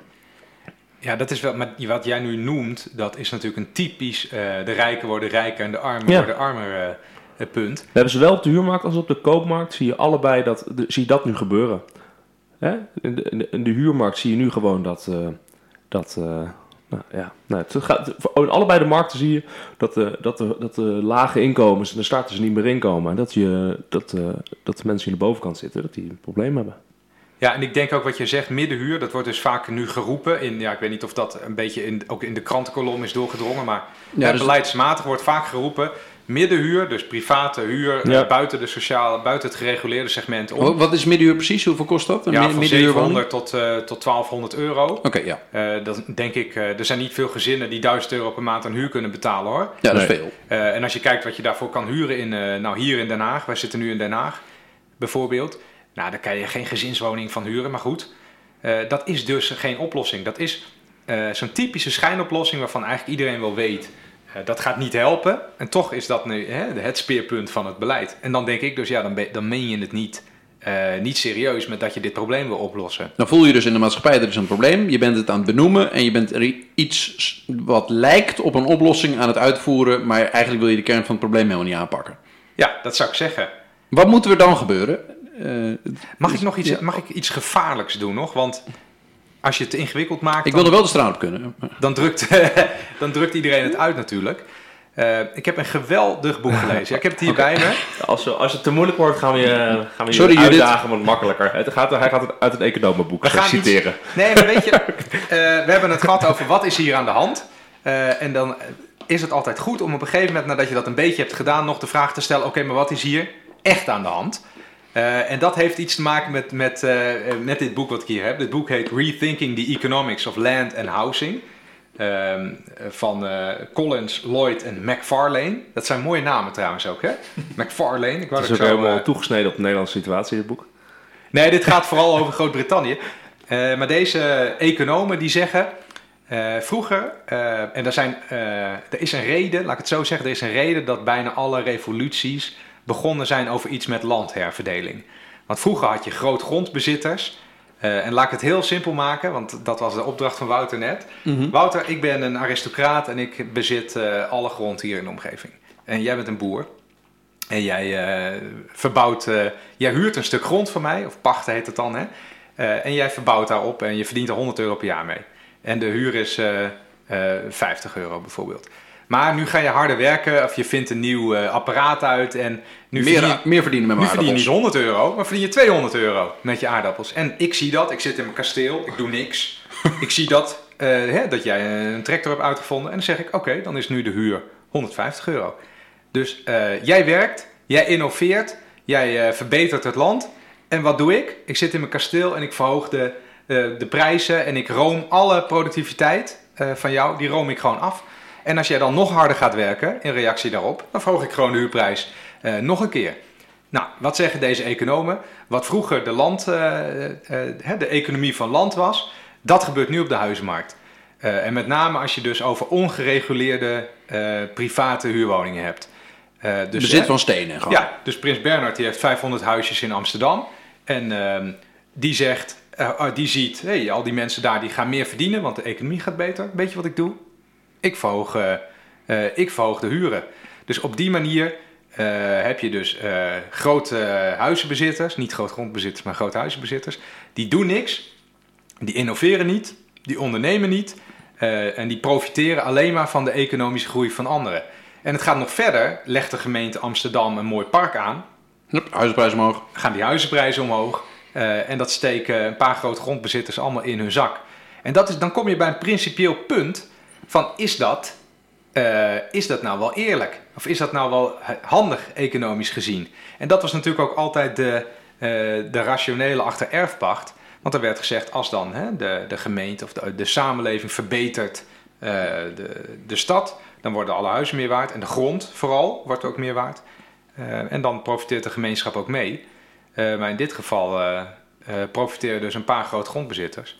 S1: Ja, dat is wel, maar wat jij nu noemt, dat is natuurlijk een typisch, uh, de rijken worden rijker en de armen
S3: ja.
S1: worden armer uh, punt.
S3: We hebben zowel op de huurmarkt als op de koopmarkt, zie je allebei dat, de, zie je dat nu gebeuren. Hè? In, de, in, de, in de huurmarkt zie je nu gewoon dat, uh, dat uh, nou, ja, nou, het gaat, in allebei de markten zie je dat de, dat de, dat de lage inkomens en de starters niet meer inkomen. En dat, je, dat, uh, dat de mensen die aan de bovenkant zitten, dat die een probleem hebben.
S1: Ja, en ik denk ook wat je zegt, middenhuur, dat wordt dus vaak nu geroepen. In, ja, ik weet niet of dat een beetje in, ook in de krantenkolom is doorgedrongen, maar ja, dus beleidsmatig wordt vaak geroepen. Middenhuur, dus private huur, ja. uh, buiten, de sociale, buiten het gereguleerde segment om.
S2: Wat is middenhuur precies? Hoeveel kost dat? Een
S1: ja,
S2: midden-
S1: van zevenhonderd tot, uh, tot twaalfhonderd euro.
S2: Oké, okay, ja.
S1: Uh, dat denk ik, uh, er zijn niet veel gezinnen die duizend euro per maand aan huur kunnen betalen, hoor.
S2: Ja, dat is veel.
S1: Uh, en als je kijkt wat je daarvoor kan huren in, uh, nou hier in Den Haag, wij zitten nu in Den Haag bijvoorbeeld. Nou, daar kan je geen gezinswoning van huren, maar goed. Uh, dat is dus geen oplossing. Dat is uh, zo'n typische schijnoplossing waarvan eigenlijk iedereen wel weet, uh, dat gaat niet helpen. En toch is dat nu hè, het speerpunt van het beleid. En dan denk ik dus, ja, dan, be- dan meen je het niet, uh, niet serieus met dat je dit probleem wil oplossen.
S2: Dan voel je dus in de maatschappij, er is een probleem. Je bent het aan het benoemen en je bent er iets wat lijkt op een oplossing aan het uitvoeren, maar eigenlijk wil je de kern van het probleem helemaal niet aanpakken.
S1: Ja, dat zou ik zeggen.
S2: Wat moet er dan gebeuren? Uh,
S1: mag ik nog iets, ja. mag ik iets gevaarlijks doen nog? Want als je het te ingewikkeld maakt...
S2: Ik wil er wel de straat op kunnen.
S1: Dan drukt, dan drukt iedereen het uit natuurlijk. Uh, ik heb een geweldig boek gelezen. Ja, ik heb het hier okay. bij me.
S3: Als, als het te moeilijk wordt, gaan we je, gaan we je Sorry, uitdagen wat makkelijker. Het gaat, hij gaat het uit een economenboek citeren.
S1: Iets, nee, maar weet je, uh, we hebben het gehad over wat is hier aan de hand. Uh, en dan is het altijd goed om op een gegeven moment, nadat je dat een beetje hebt gedaan, nog de vraag te stellen, oké, okay, maar wat is hier echt aan de hand? Uh, en dat heeft iets te maken met, met, uh, met dit boek wat ik hier heb. Dit boek heet Rethinking the Economics of Land and Housing. Uh, van uh, Collins, Lloyd en McFarlane. Dat zijn mooie namen trouwens ook, hè? McFarlane. Ik
S3: het is ook zo, helemaal uh, toegesneden op de Nederlandse situatie, dit boek.
S1: Nee, dit gaat vooral over Groot-Brittannië. Uh, maar deze economen die zeggen... Uh, vroeger, uh, en er, zijn, uh, er is een reden, laat ik het zo zeggen... er is een reden dat bijna alle revoluties begonnen zijn over iets met landherverdeling. Want vroeger had je grootgrondbezitters... Uh, en laat ik het heel simpel maken, want dat was de opdracht van Wouter net. Mm-hmm. Wouter, ik ben een aristocraat en ik bezit uh, alle grond hier in de omgeving. En jij bent een boer. En jij uh, verbouwt, uh, jij huurt een stuk grond van mij, of pachten heet het dan, hè. Uh, en jij verbouwt daarop en je verdient er honderd euro per jaar mee. En de huur is uh, uh, vijftig euro bijvoorbeeld. Maar nu ga je harder werken of je vindt een nieuw uh, apparaat uit en nu
S2: meer,
S1: verdien je,
S2: meer verdienen met mijn
S1: nu verdien je niet honderd euro, maar verdien je tweehonderd euro met je aardappels. En ik zie dat, ik zit in mijn kasteel, ik doe niks. Ik zie dat, uh, hè, dat jij een tractor hebt uitgevonden en dan zeg ik, oké, okay, dan is nu de huur honderdvijftig euro. Dus uh, jij werkt, jij innoveert, jij uh, verbetert het land En wat doe ik? Ik zit in mijn kasteel en ik verhoog de, de, de prijzen en ik room alle productiviteit uh, van jou, die room ik gewoon af. En als jij dan nog harder gaat werken in reactie daarop, dan verhoog ik gewoon de huurprijs uh, nog een keer. Nou, wat zeggen deze economen? Wat vroeger de, land, uh, uh, de economie van land was, dat gebeurt nu op de huizenmarkt. Uh, en met name als je dus over ongereguleerde uh, private huurwoningen hebt. Uh, dus,
S2: Bezit van stenen. Gewoon.
S1: Ja, dus Prins Bernhard die heeft vijfhonderd huisjes in Amsterdam. En uh, die zegt, uh, die ziet, hey, al die mensen daar die gaan meer verdienen, want de economie gaat beter. Weet je wat ik doe? Ik verhoog, uh, uh, ik verhoog de huren. Dus op die manier uh, heb je dus uh, grote huizenbezitters, niet grootgrondbezitters, maar grote huizenbezitters. Die doen niks, die innoveren niet, die ondernemen niet. Uh, en die profiteren alleen maar van de economische groei van anderen. En het gaat nog verder, legt de gemeente Amsterdam een mooi park aan.
S2: Yep, huizenprijzen omhoog.
S1: Gaan die huizenprijzen omhoog. Uh, en dat steken een paar grote grondbezitters allemaal in hun zak. En dat is, dan kom je bij een principieel punt van is dat, uh, is dat nou wel eerlijk? Of is dat nou wel handig economisch gezien? En dat was natuurlijk ook altijd de, uh, de rationele achter erfpacht. Want er werd gezegd, als dan hè, de, de gemeente of de, de samenleving verbetert uh, de, de stad, dan worden alle huizen meer waard. En de grond vooral wordt ook meer waard. Uh, en dan profiteert de gemeenschap ook mee. Uh, maar in dit geval uh, uh, profiteren dus een paar grote grondbezitters.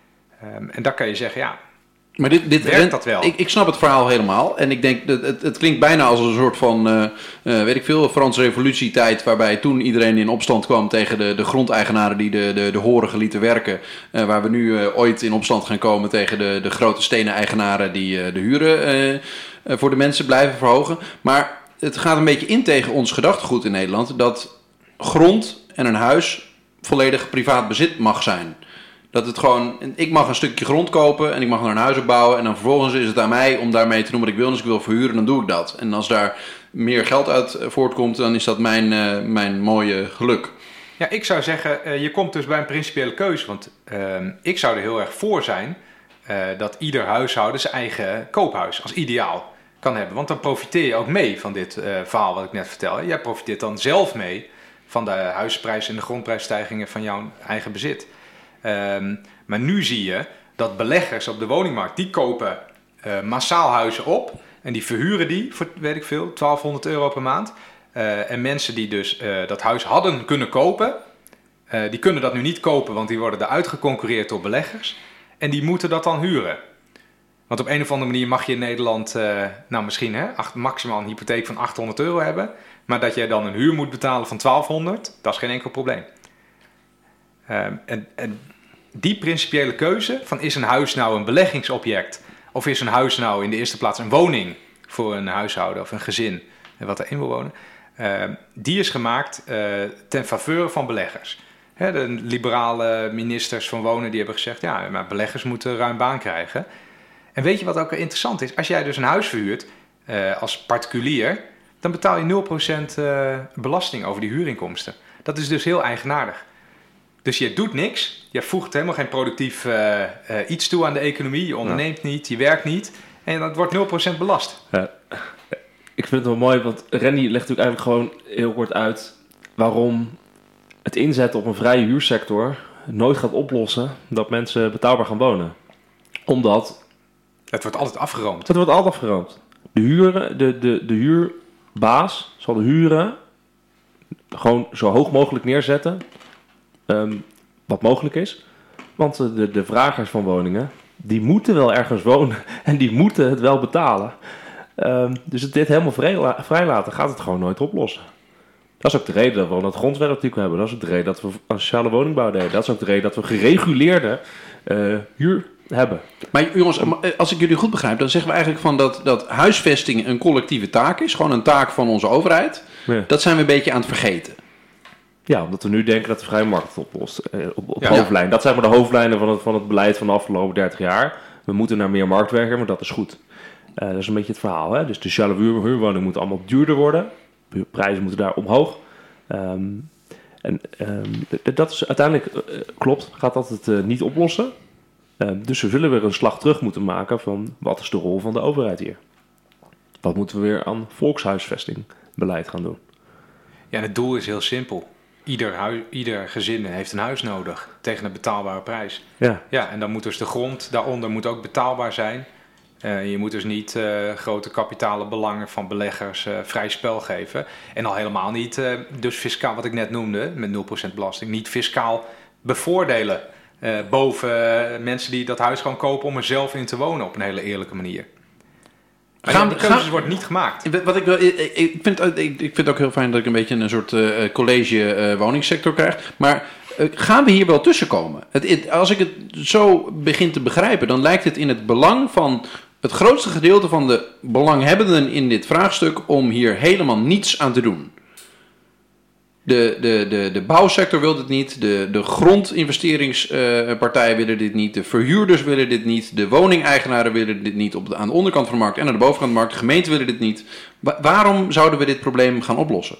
S1: Um, en daar kan je zeggen, ja,
S2: maar dit, dit
S1: werkt dat wel?
S2: Ik, ik snap het verhaal helemaal. En ik denk, dat het, het klinkt bijna als een soort van, uh, uh, weet ik veel, Franse revolutietijd, waarbij toen iedereen in opstand kwam tegen de, de grondeigenaren die de, de, de horigen lieten werken. Uh, waar we nu uh, ooit in opstand gaan komen tegen de, de grote stenen eigenaren die uh, de huren uh, uh, voor de mensen blijven verhogen. Maar het gaat een beetje in tegen ons gedachtegoed in Nederland, dat grond en een huis volledig privaat bezit mag zijn. Dat het gewoon, ik mag een stukje grond kopen en ik mag er een huis op bouwen. En dan vervolgens is het aan mij om daarmee te doen wat ik wil. En als ik wil verhuren, dan doe ik dat. En als daar meer geld uit voortkomt, dan is dat mijn, uh, mijn mooie geluk.
S1: Ja, ik zou zeggen, uh, je komt dus bij een principiële keuze. Want uh, ik zou er heel erg voor zijn uh, dat ieder huishouden zijn eigen koophuis als ideaal kan hebben. Want dan profiteer je ook mee van dit uh, verhaal wat ik net vertelde. Jij profiteert dan zelf mee van de huizenprijs en de grondprijsstijgingen van jouw eigen bezit. Um, maar nu zie je dat beleggers op de woningmarkt, die kopen uh, massaal huizen op en die verhuren die voor, weet ik veel, twaalfhonderd euro per maand. Uh, en mensen die dus uh, dat huis hadden kunnen kopen, uh, die kunnen dat nu niet kopen, want die worden eruit geconcurreerd door beleggers. En die moeten dat dan huren. Want op een of andere manier mag je in Nederland, uh, nou misschien hè, acht, maximaal een hypotheek van achthonderd euro hebben. Maar dat jij dan een huur moet betalen van twaalfhonderd, dat is geen enkel probleem. Uh, en, en die principiële keuze van is een huis nou een beleggingsobject of is een huis nou in de eerste plaats een woning voor een huishouden of een gezin wat erin wil wonen, uh, die is gemaakt uh, ten faveur van beleggers. Hè, de liberale ministers van Wonen die hebben gezegd, ja, maar beleggers moeten ruim baan krijgen. En weet je wat ook interessant is? Als jij dus een huis verhuurt uh, als particulier, dan betaal je nul procent uh, belasting over die huurinkomsten. Dat is dus heel eigenaardig. Dus je doet niks, je voegt helemaal geen productief uh, uh, iets toe aan de economie, je onderneemt ja. niet, je werkt niet en dat wordt nul procent belast.
S3: Ja. Ik vind het wel mooi, want Randy legt natuurlijk eigenlijk gewoon heel kort uit waarom het inzetten op een vrije huursector nooit gaat oplossen dat mensen betaalbaar gaan wonen. Omdat
S1: het wordt altijd afgeroomd.
S3: Het wordt altijd afgeroomd. De, huren, de, de, de huurbaas zal de huren gewoon zo hoog mogelijk neerzetten. Um, wat mogelijk is. Want de, de vragers van woningen, die moeten wel ergens wonen en die moeten het wel betalen. Um, dus het dit helemaal vrij, vrij laten gaat het gewoon nooit oplossen. Dat is ook de reden dat we dat grondwetartikel hebben. Dat is ook de reden dat we een sociale woningbouw deden. Dat is ook de reden dat we gereguleerde uh, huur hebben.
S2: Maar jongens, als ik jullie goed begrijp, dan zeggen we eigenlijk van dat, dat huisvesting een collectieve taak is. Gewoon een taak van onze overheid. Ja. Dat zijn we een beetje aan het vergeten.
S3: Ja, omdat we nu denken dat de vrije markt het oplost. Eh, op op ja, hoofdlijn. Ja. Dat zijn maar de hoofdlijnen van het, van het beleid van de afgelopen dertig jaar. We moeten naar meer marktwerker, maar dat is goed. Uh, dat is een beetje het verhaal. Hè? Dus de sociale huur, huurwoningen moeten allemaal duurder worden. Prijzen moeten daar omhoog. Um, en um, dat is uiteindelijk, uh, klopt, gaat dat het uh, niet oplossen. Uh, dus we zullen weer een slag terug moeten maken van wat is de rol van de overheid hier? Wat moeten we weer aan volkshuisvestingbeleid gaan doen?
S1: Ja, het doel is heel simpel. ieder, hui, ieder gezin heeft een huis nodig tegen een betaalbare prijs.
S3: Ja.
S1: Ja, en dan moet dus de grond daaronder moet ook betaalbaar zijn. Uh, je moet dus niet uh, grote kapitale belangen van beleggers uh, vrij spel geven. En al helemaal niet, uh, dus fiscaal, wat ik net noemde, met nul procent belasting, niet fiscaal bevoordelen uh, boven uh, mensen die dat huis gewoon kopen om er zelf in te wonen op een hele eerlijke manier. Maar gaan, ja, die keuzes gaan, wordt niet gemaakt.
S2: Wat ik, wil, ik, ik, vind, ik, ik vind het ook heel fijn dat ik een beetje een soort uh, college uh, woningsector krijg. Maar uh, gaan we hier wel tussenkomen? Het, het, als ik het zo begin te begrijpen, dan lijkt het in het belang van het grootste gedeelte van de belanghebbenden in dit vraagstuk om hier helemaal niets aan te doen. De, de, de, de bouwsector wil dit niet, de, de grondinvesteringspartijen uh, willen dit niet, de verhuurders willen dit niet, de woningeigenaren willen dit niet op de, aan de onderkant van de markt en aan de bovenkant van de markt, de gemeenten willen dit niet. Wa- waarom zouden we dit probleem gaan oplossen?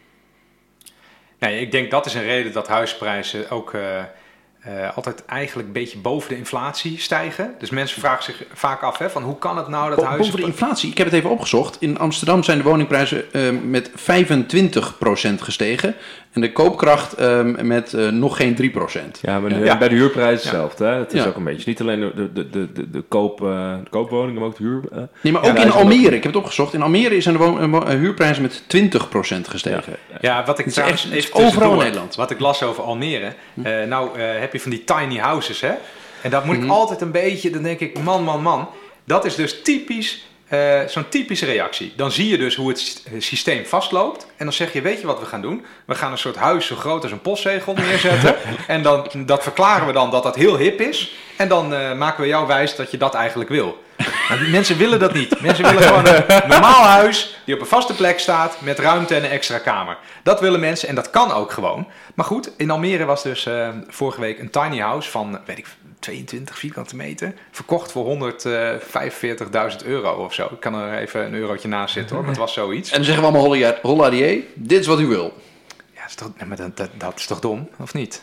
S1: Nee, ik denk dat is een reden dat huisprijzen ook uh, uh, altijd eigenlijk een beetje boven de inflatie stijgen. Dus mensen vragen zich vaak af, hè, van hoe kan het nou dat
S2: Bo-
S1: huizen...
S2: Boven de inflatie, ik heb het even opgezocht. In Amsterdam zijn de woningprijzen uh, met vijfentwintig procent gestegen. En de koopkracht uh, met uh, nog geen drie procent.
S3: Ja, maar de,
S1: Ja.
S3: bij de huurprijs
S1: Ja.
S3: hetzelfde. Hè? Het is
S2: Ja.
S3: ook een beetje niet alleen de, de, de, de, de, koop, uh, de koopwoningen, maar ook de huur. Uh.
S2: Nee, maar
S3: Ja,
S2: ook
S3: daar
S2: in
S3: is het
S2: Almere,
S3: ook-
S2: ik heb het opgezocht. In Almere is een wo- een wo- een huurprijs met twintig procent gestegen.
S1: Ja, wat ik
S2: is
S1: trouwens
S2: echt- het is
S1: even
S2: overal in
S1: tussendoor,
S2: Nederland.
S1: wat ik las over Almere. Uh, nou uh, heb je van die tiny houses, hè? En dat moet
S2: Mhm.
S1: ik altijd een beetje, dan denk ik, man, man, man. Dat is dus typisch, uh, zo'n typische reactie. Dan zie je dus hoe het sy- systeem vastloopt. En dan zeg je, weet je wat we gaan doen? We gaan een soort huis zo groot als een postzegel neerzetten. En dan, dat verklaren we dan dat dat heel hip is. En dan uh, maken we jou wijs dat je dat eigenlijk wil. Maar die mensen willen dat niet. Mensen willen gewoon een normaal huis die op een vaste plek staat met ruimte en een extra kamer. Dat willen mensen en dat kan ook gewoon. Maar goed, in Almere was dus uh, vorige week een tiny house van, weet ik, tweeëntwintig vierkante meter. Verkocht voor honderdvijfenveertigduizend euro of zo. Ik kan er even een eurotje naast zitten hoor, maar het was zoiets.
S2: En dan zeggen we allemaal holla- holladier, dit is wat u wil.
S1: Ja, dat is toch, maar dat, dat, dat is toch dom, of niet?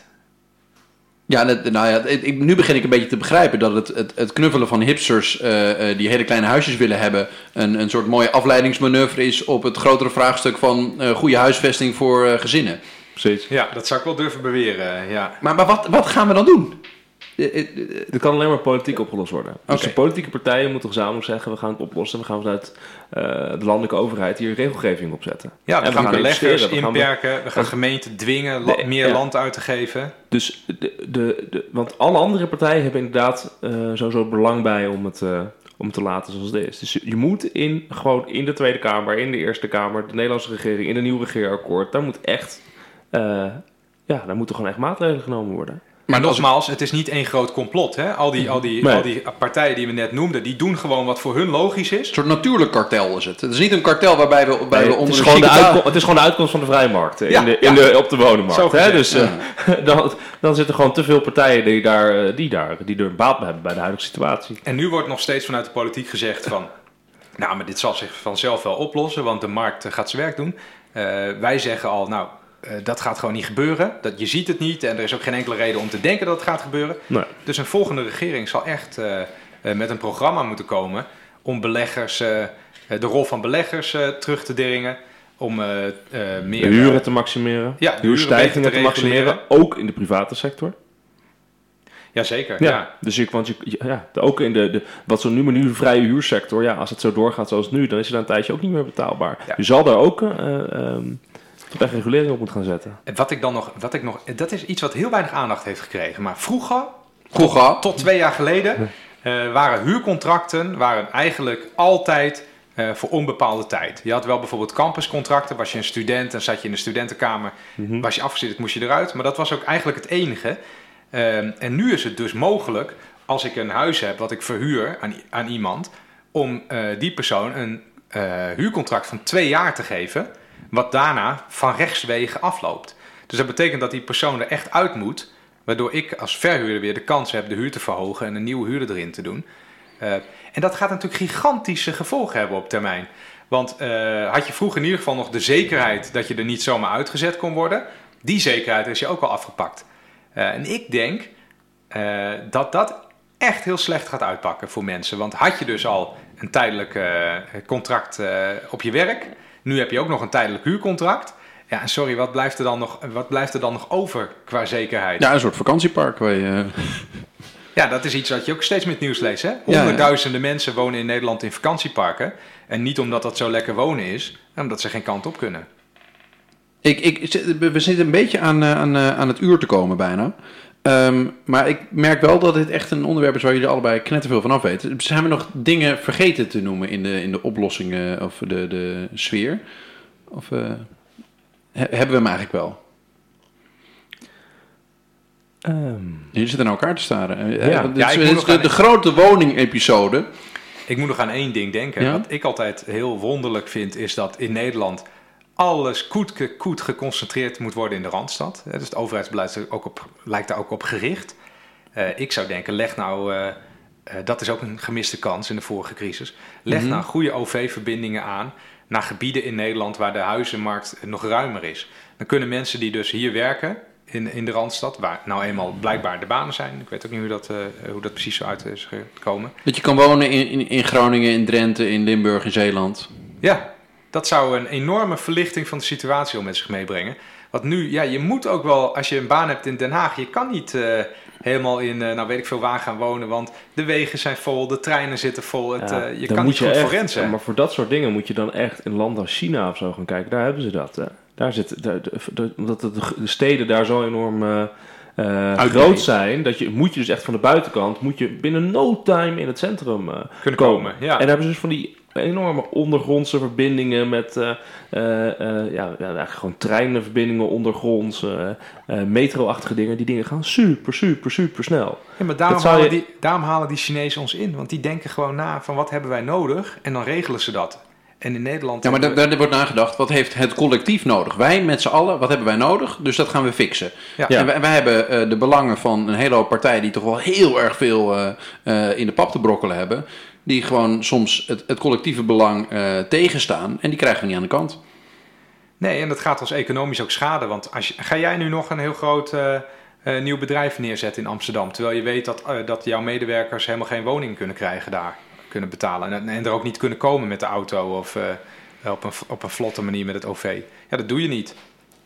S2: Ja, dat, nou ja, ik, ik- nu begin ik een beetje te begrijpen dat het, het, het knuffelen van hipsters uh, uh, die hele kleine huisjes willen hebben, een, een soort mooie afleidingsmanoeuvre is op het grotere vraagstuk van uh, goede huisvesting voor uh, gezinnen.
S3: Precies.
S1: Ja, dat zou ik wel durven beweren, ja.
S2: Maar, maar wat, wat gaan we dan doen? Uh, uh, uh,
S3: Dit kan alleen maar politiek opgelost worden. Dus
S2: Oké.
S3: de politieke partijen moeten gezamenlijk zeggen, we gaan het oplossen. We gaan vanuit uh, de landelijke overheid hier regelgeving opzetten.
S1: Ja, we
S3: En we
S1: gaan
S3: gaan
S1: beleggers
S3: investeren, we gaan-
S1: inperken, we gaan gemeenten dwingen la-
S3: Nee,
S1: meer
S3: ja.
S1: land uit te geven.
S3: Dus de, de, de, want alle andere partijen hebben inderdaad uh, sowieso belang bij om het, uh, om het te laten zoals het is. Dus je, je moet in, gewoon in de Tweede Kamer, in de Eerste Kamer, de Nederlandse regering, in een nieuw regeerakkoord, daar moet echt, uh, ja, daar moeten gewoon echt maatregelen genomen worden.
S1: Maar nogmaals, het is niet één groot complot. Hè? Al, die, al, die,
S3: Nee.
S1: al die partijen die we net noemden, die doen gewoon wat voor hun logisch is.
S2: Een soort natuurlijk kartel is het. Het is niet een kartel waarbij we, waarbij
S3: Nee,
S2: we
S3: het,
S2: onder
S3: is
S2: een
S3: gewoon de
S2: chique taal-
S3: uitko- het is gewoon de uitkomst van de vrije markt uh,
S1: Ja,
S3: in de,
S1: ja.
S3: in de, op de woningmarkt.
S1: Zo
S3: Hè?
S1: gezegd,
S3: Dus uh, dan, dan zitten gewoon te veel partijen die, daar, uh, die, daar, die er baat bij hebben bij de huidige situatie.
S1: En nu wordt nog steeds vanuit de politiek gezegd van, nou, maar dit zal zich vanzelf wel oplossen, want de markt eh, gaat zijn werk doen. Uh, wij zeggen al, nou, uh, dat gaat gewoon niet gebeuren. Dat, je ziet het niet en er is ook geen enkele reden om te denken dat het gaat gebeuren.
S3: Nee.
S1: Dus een volgende regering zal echt uh, uh, met een programma moeten komen om beleggers, uh, de rol van beleggers uh, terug te dringen. Om uh, uh, meer...
S3: De huren te maximeren,
S1: Ja, de
S3: huurstijgingen
S1: huren
S3: te,
S1: beter te
S3: maximeren,
S1: reguleren.
S3: ook in de private sector.
S1: Jazeker,
S3: Ja,
S1: ja.
S3: dus je, want je, ja, de- ook in de, de wat zo nu maar nu vrije huursector, ja, als het zo doorgaat zoals nu, dan is het na een tijdje ook niet meer betaalbaar.
S1: Ja.
S3: Je zal daar ook uh, um, toch echt regulering op moeten gaan zetten.
S1: En wat ik dan nog, wat ik nog, dat is iets wat heel weinig aandacht heeft gekregen. Maar vroeger,
S2: Vroeger.
S1: tot twee jaar geleden, uh, waren huurcontracten waren eigenlijk altijd uh, voor onbepaalde tijd. Je had wel bijvoorbeeld campuscontracten, was je een student en zat je in de studentenkamer,
S3: Mm-hmm.
S1: was je afgestudeerd, moest je eruit. Maar dat was ook eigenlijk het enige. Uh, en nu is het dus mogelijk, als ik een huis heb wat ik verhuur aan, aan iemand, om uh, die persoon een uh, huurcontract van twee jaar te geven, wat daarna van rechtswege afloopt. Dus dat betekent dat die persoon er echt uit moet, waardoor ik als verhuurder weer de kans heb de huur te verhogen en een nieuwe huurder erin te doen. Uh, en dat gaat natuurlijk gigantische gevolgen hebben op termijn. Want uh, had je vroeger in ieder geval nog de zekerheid dat je er niet zomaar uitgezet kon worden, die zekerheid is je ook al afgepakt. Uh, en ik denk uh, dat dat echt heel slecht gaat uitpakken voor mensen. Want had je dus al een tijdelijk uh, contract uh, op je werk, nu heb je ook nog een tijdelijk huurcontract. Ja, en sorry, wat blijft, er dan nog, wat blijft er dan nog over qua zekerheid?
S2: Ja, een soort vakantiepark waar je... Uh...
S1: Ja, dat is iets wat je ook steeds met het nieuws leest. Hè? Honderdduizenden ja, ja. mensen wonen in Nederland in vakantieparken. En niet omdat dat zo lekker wonen is, maar omdat ze geen kant op kunnen.
S2: Ik, ik, we zitten een beetje aan, aan, aan het uur te komen bijna. Um, maar ik merk wel dat dit echt een onderwerp is waar jullie allebei knetterveel van af weten. Zijn we nog dingen vergeten te noemen in de, in de oplossingen of de, de sfeer? Of uh, he, hebben we hem eigenlijk wel? Um. Jullie zitten naar elkaar te staren. Ja. Ja, dit, ja, dit is de, de, de grote woning-episode.
S1: Ik moet nog aan één ding denken. Ja? Wat ik altijd heel wonderlijk vind, is dat in Nederland alles koet, koet geconcentreerd moet worden in de Randstad. Dus het overheidsbeleid ook op, lijkt daar ook op gericht. Uh, ik zou denken, leg nou, uh, uh, dat is ook een gemiste kans in de vorige crisis. Leg mm-hmm. nou goede O V-verbindingen aan naar gebieden in Nederland waar de huizenmarkt nog ruimer is. Dan kunnen mensen die dus hier werken in, in de Randstad, waar nou eenmaal blijkbaar de banen zijn. Ik weet ook niet hoe dat, uh, hoe dat precies zo uit is gekomen.
S2: Dat je kan wonen in, in, in Groningen, in Drenthe, in Limburg, in Zeeland.
S1: Ja. Dat zou een enorme verlichting van de situatie al met zich meebrengen. Want nu, ja, je moet ook wel, als je een baan hebt in Den Haag, je kan niet uh, helemaal in, uh, nou weet ik veel waar gaan wonen, want de wegen zijn vol, de treinen zitten vol, het, ja, uh, je kan niet
S3: je
S1: goed
S3: echt,
S1: forens zijn.
S3: Maar voor dat soort dingen moet je dan echt in landen als China of zo gaan kijken, daar hebben ze dat. Hè. Daar zit, daar, de, omdat de, de steden daar zo enorm uh, uh, groot zijn, dat je, moet je dus echt van de buitenkant, moet je binnen no time in het centrum uh,
S1: kunnen komen. komen ja.
S3: En daar hebben ze dus van die enorme ondergrondse verbindingen met uh, uh, uh, ja, ja, eigenlijk gewoon treinenverbindingen ondergronds, uh, uh, metro-achtige dingen. Die dingen gaan super, super, super snel.
S1: Ja, maar daarom halen, je... die, daarom halen die Chinezen ons in. Want die denken gewoon na van wat hebben wij nodig en dan regelen ze dat. En in Nederland...
S2: Ja, maar daar, daar wordt nagedacht, wat heeft het collectief nodig? Wij met z'n allen, wat hebben wij nodig? Dus dat gaan we fixen. Ja. Ja. En wij, wij hebben uh, de belangen van een hele hoop partijen die toch wel heel erg veel uh, uh, in de pap te brokkelen hebben, die gewoon soms het, het collectieve belang uh, tegenstaan. En die krijgen we niet aan de kant.
S1: Nee, en dat gaat ons economisch ook schaden. Want als je, ga jij nu nog een heel groot uh, uh, nieuw bedrijf neerzetten in Amsterdam, terwijl je weet dat, uh, dat jouw medewerkers helemaal geen woning kunnen krijgen daar, kunnen betalen. En, en er ook niet kunnen komen met de auto of uh, op, een, op een vlotte manier met het O V. Ja, dat doe je niet.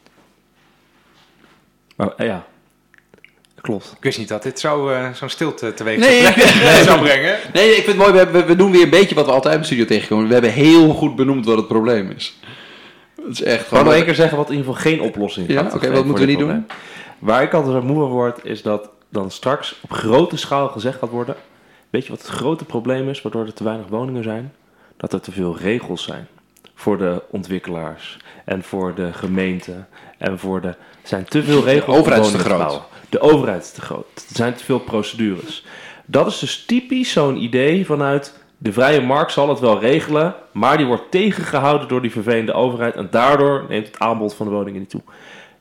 S3: Maar, ja... Klopt.
S1: Ik wist niet dat dit zo, uh, zo'n stilte teweeg nee, nee, zou brengen.
S2: Nee, ik vind het mooi. We, we doen weer een beetje wat we altijd in de studio tegenkomen. We hebben heel goed benoemd wat het probleem is.
S3: Dat is echt. Ik kan nog één keer zeggen wat in ieder geval geen oplossing is.
S2: Ja, oké, okay, wat moeten we niet probleem. doen?
S3: Waar ik altijd moe van word, is dat dan straks op grote schaal gezegd gaat worden. Weet je wat het grote probleem is, waardoor er te weinig woningen zijn? Dat er te veel regels zijn. Voor de ontwikkelaars en voor de gemeente en voor de... Er zijn te veel regels.
S2: De overheid is te groot.
S3: De overheid is te groot. Er zijn te veel procedures. Dat is dus typisch zo'n idee vanuit de vrije markt zal het wel regelen, maar die wordt tegengehouden door die vervelende overheid en daardoor neemt het aanbod van de woningen niet toe.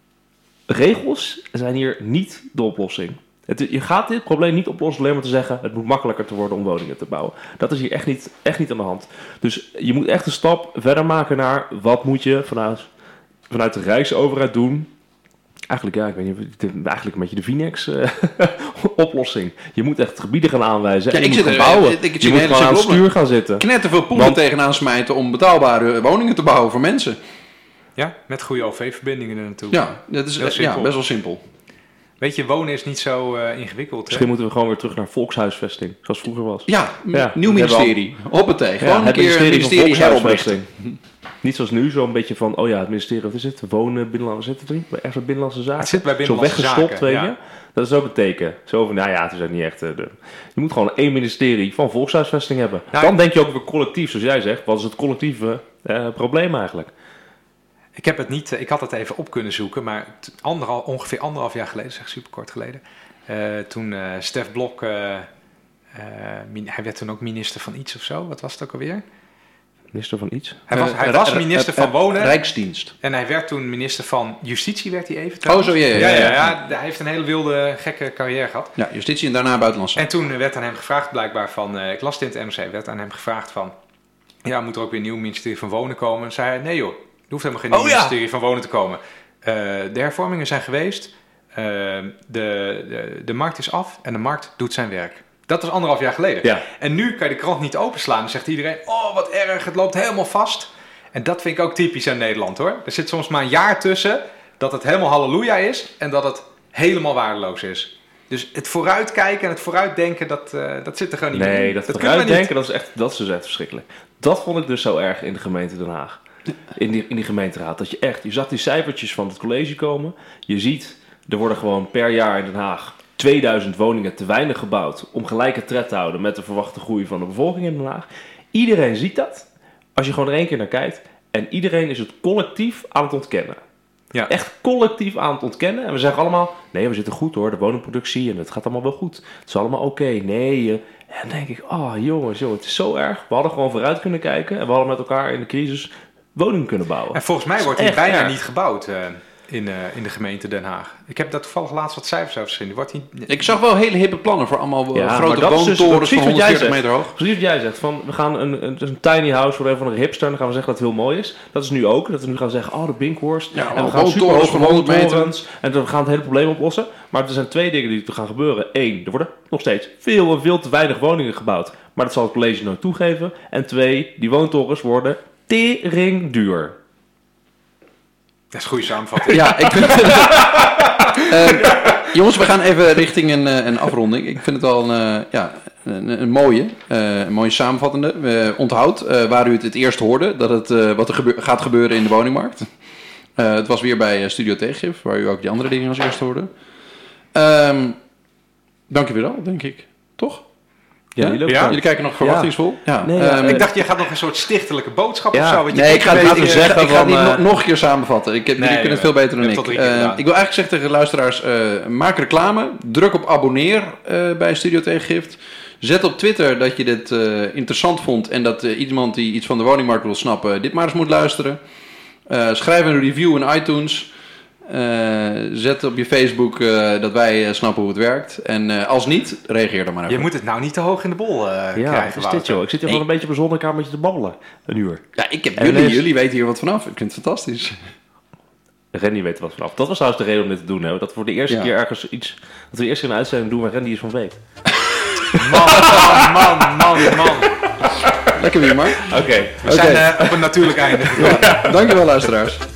S3: Regels zijn hier niet de oplossing. Het, je gaat dit probleem niet oplossen alleen maar te zeggen het moet makkelijker te worden om woningen te bouwen. Dat is hier echt niet, echt niet aan de hand. Dus je moet echt een stap verder maken naar wat moet je vanuit, vanuit de Rijksoverheid doen. Eigenlijk, ja, ik weet niet, eigenlijk een beetje de Vinex-oplossing. Uh, je moet echt gebieden gaan aanwijzen. Ja, en je ik moet zit gaan er, bouwen. Ik, ik, je moet gewoon aan het stuur gaan zitten.
S2: Knetterveel poelen Want, tegenaan smijten om betaalbare woningen te bouwen voor mensen.
S1: Ja, met goede O V-verbindingen er naartoe.
S2: Ja, dat is uh, ja, best wel simpel.
S1: Weet je, wonen is niet zo uh, ingewikkeld.
S3: Misschien hè? moeten we gewoon weer terug naar volkshuisvesting, zoals vroeger was.
S2: Ja, ja nieuw ministerie. Hoppatee. Gewoon ja, een keer
S3: ministerie, ministerie heroprichten. Niet zoals nu, zo'n beetje van, oh ja, het ministerie, wat is het? Wonen, binnenlandse, zit het erin? Echt bij binnenlandse zaken?
S1: Het zit bij binnenlandse
S3: zo weggestopt,
S1: zaken,
S3: weet
S1: ja.
S3: je? Dat is ook een teken. Zo van, nou ja, het is ook niet echt... Uh, de... Je moet gewoon één ministerie van volkshuisvesting hebben. Nou, Dan denk je ook weer collectief, zoals jij zegt. Wat is het collectieve uh, probleem eigenlijk?
S1: Ik heb het niet, ik had het even op kunnen zoeken, maar anderhal, ongeveer anderhalf jaar geleden, zeg super kort geleden, uh, toen uh, Stef Blok, uh, uh, min, hij werd toen ook minister van iets of zo, wat was het ook alweer?
S3: Minister van iets?
S1: Hij was, hij was minister van Wonen.
S2: Rijksdienst.
S1: En hij werd toen minister van Justitie, werd hij even trouwens.
S2: Oh, zo, ja ja,
S1: ja, ja, ja, ja. Hij heeft een hele wilde, gekke carrière gehad.
S2: Ja, Justitie en daarna Buitenlandse.
S1: En toen werd aan hem gevraagd, blijkbaar van, uh, ik las het in het M C, werd aan hem gevraagd van, ja, moet er ook weer een nieuw ministerie van Wonen komen? En zei hij, nee joh, er hoeft helemaal geen nieuw oh, ministerie ja. van Wonen te komen. Uh, de hervormingen zijn geweest, uh, de, de, de markt is af en de markt doet zijn werk. Dat was anderhalf jaar geleden.
S3: Ja.
S1: En nu kan je de krant niet openslaan. Dan zegt iedereen, oh wat erg, het loopt helemaal vast. En dat vind ik ook typisch aan Nederland hoor. Er zit soms maar een jaar tussen dat het helemaal halleluja is en dat het helemaal waardeloos is. Dus het vooruitkijken en het vooruitdenken, dat, uh, dat zit er gewoon niet
S3: nee,
S1: meer in.
S3: Nee, dat,
S1: dat
S3: vooruitdenken, dat is, echt, dat is dus echt verschrikkelijk. Dat vond ik dus zo erg in de gemeente Den Haag. In die, in die gemeenteraad. Dat je echt, je zag die cijfertjes van het college komen. Je ziet, er worden gewoon per jaar in Den Haag tweeduizend woningen te weinig gebouwd om gelijke tred te houden met de verwachte groei van de bevolking in Den Haag. Iedereen ziet dat, als je gewoon er één keer naar kijkt. En iedereen is het collectief aan het ontkennen. Ja. Echt collectief aan het ontkennen. En we zeggen allemaal, nee, we zitten goed hoor, de woningproductie en het gaat allemaal wel goed. Het is allemaal oké, okay. nee. Uh, en dan denk ik, oh jongens, joh, het is zo erg. We hadden gewoon vooruit kunnen kijken en we hadden met elkaar in de crisis woningen kunnen bouwen.
S1: En volgens mij wordt hier bijna erg. niet gebouwd uh, in, uh, in de gemeente Den Haag. Ik heb daar toevallig laatst wat cijfers over gezien. Wordt hier...
S2: Ik zag wel hele hippe plannen voor allemaal
S3: ja,
S2: grote woontorens van honderdveertig meter hoog.
S3: Precies wat jij zegt. Van, we gaan een, een, een tiny house voor een van de hipster. Dan gaan we zeggen dat het heel mooi is. Dat is nu ook. Dat we nu gaan zeggen, oh de Binkhorst.
S2: Ja,
S3: en we gaan super hoge woontorens. En we gaan het hele probleem oplossen. Maar er zijn twee dingen die er gaan gebeuren. Eén, er worden nog steeds veel en veel te weinig woningen gebouwd. Maar dat zal het college nooit toegeven. En twee, die woontorens worden tering duur.
S1: Dat is een goede samenvatting.
S2: Ja, ik vind het... uh, jongens, we gaan even richting een, een afronding. Ik vind het wel een, uh, ja, een, een mooie, uh, een mooie samenvattende. Uh, onthoud uh, waar u het het eerst hoorde, dat het, uh, wat er gebe- gaat gebeuren in de woningmarkt. Uh, het was weer bij uh, Studio Tegengif, waar u ook die andere dingen als eerst hoorde. Um, dank je wel, denk ik. Toch?
S3: Ja,
S2: ja?
S3: jullie,
S2: ja? jullie kijken nog verwachtingsvol. Ja.
S1: Ja. Nee, ja. Um, ik dacht, je gaat nog een soort stichtelijke boodschap ja. of zo. Want je
S2: nee, ik ga het
S1: niet
S2: zeggen. Ik ga het niet uh, nog een keer samenvatten. Ik heb, nee, jullie kunnen het veel beter dan ik. Uh, ik wil eigenlijk zeggen tegen de luisteraars, uh, maak reclame. Druk op abonneer uh, bij Studio Tegengift. Zet op Twitter dat je dit uh, interessant vond en dat uh, iemand die iets van de woningmarkt wil snappen, dit maar eens moet luisteren. Uh, schrijf een review in iTunes. Uh, zet op je Facebook uh, dat wij uh, snappen hoe het werkt. En uh, als niet, reageer dan maar even.
S1: Je moet het nou niet te hoog in de bol uh,
S3: ja,
S1: krijgen.
S3: Is dit joh? Ik zit hier gewoon een beetje op een zonnekamertje te babbelen. Een uur.
S2: Ja, ik heb jullie, ineens... jullie weten hier wat vanaf. Ik vind het fantastisch.
S3: Randy weet er wat vanaf. Dat was trouwens de reden om dit te doen. Hè? Dat we voor de eerste ja. keer ergens iets... Dat we de eerste keer een uitzending doen waar Randy iets van weet.
S1: Man, man, man, man, man.
S2: Lekker weer, maar.
S3: Oké. Okay.
S1: We okay. zijn uh, op een natuurlijk einde.
S2: Ja. Dankjewel, luisteraars.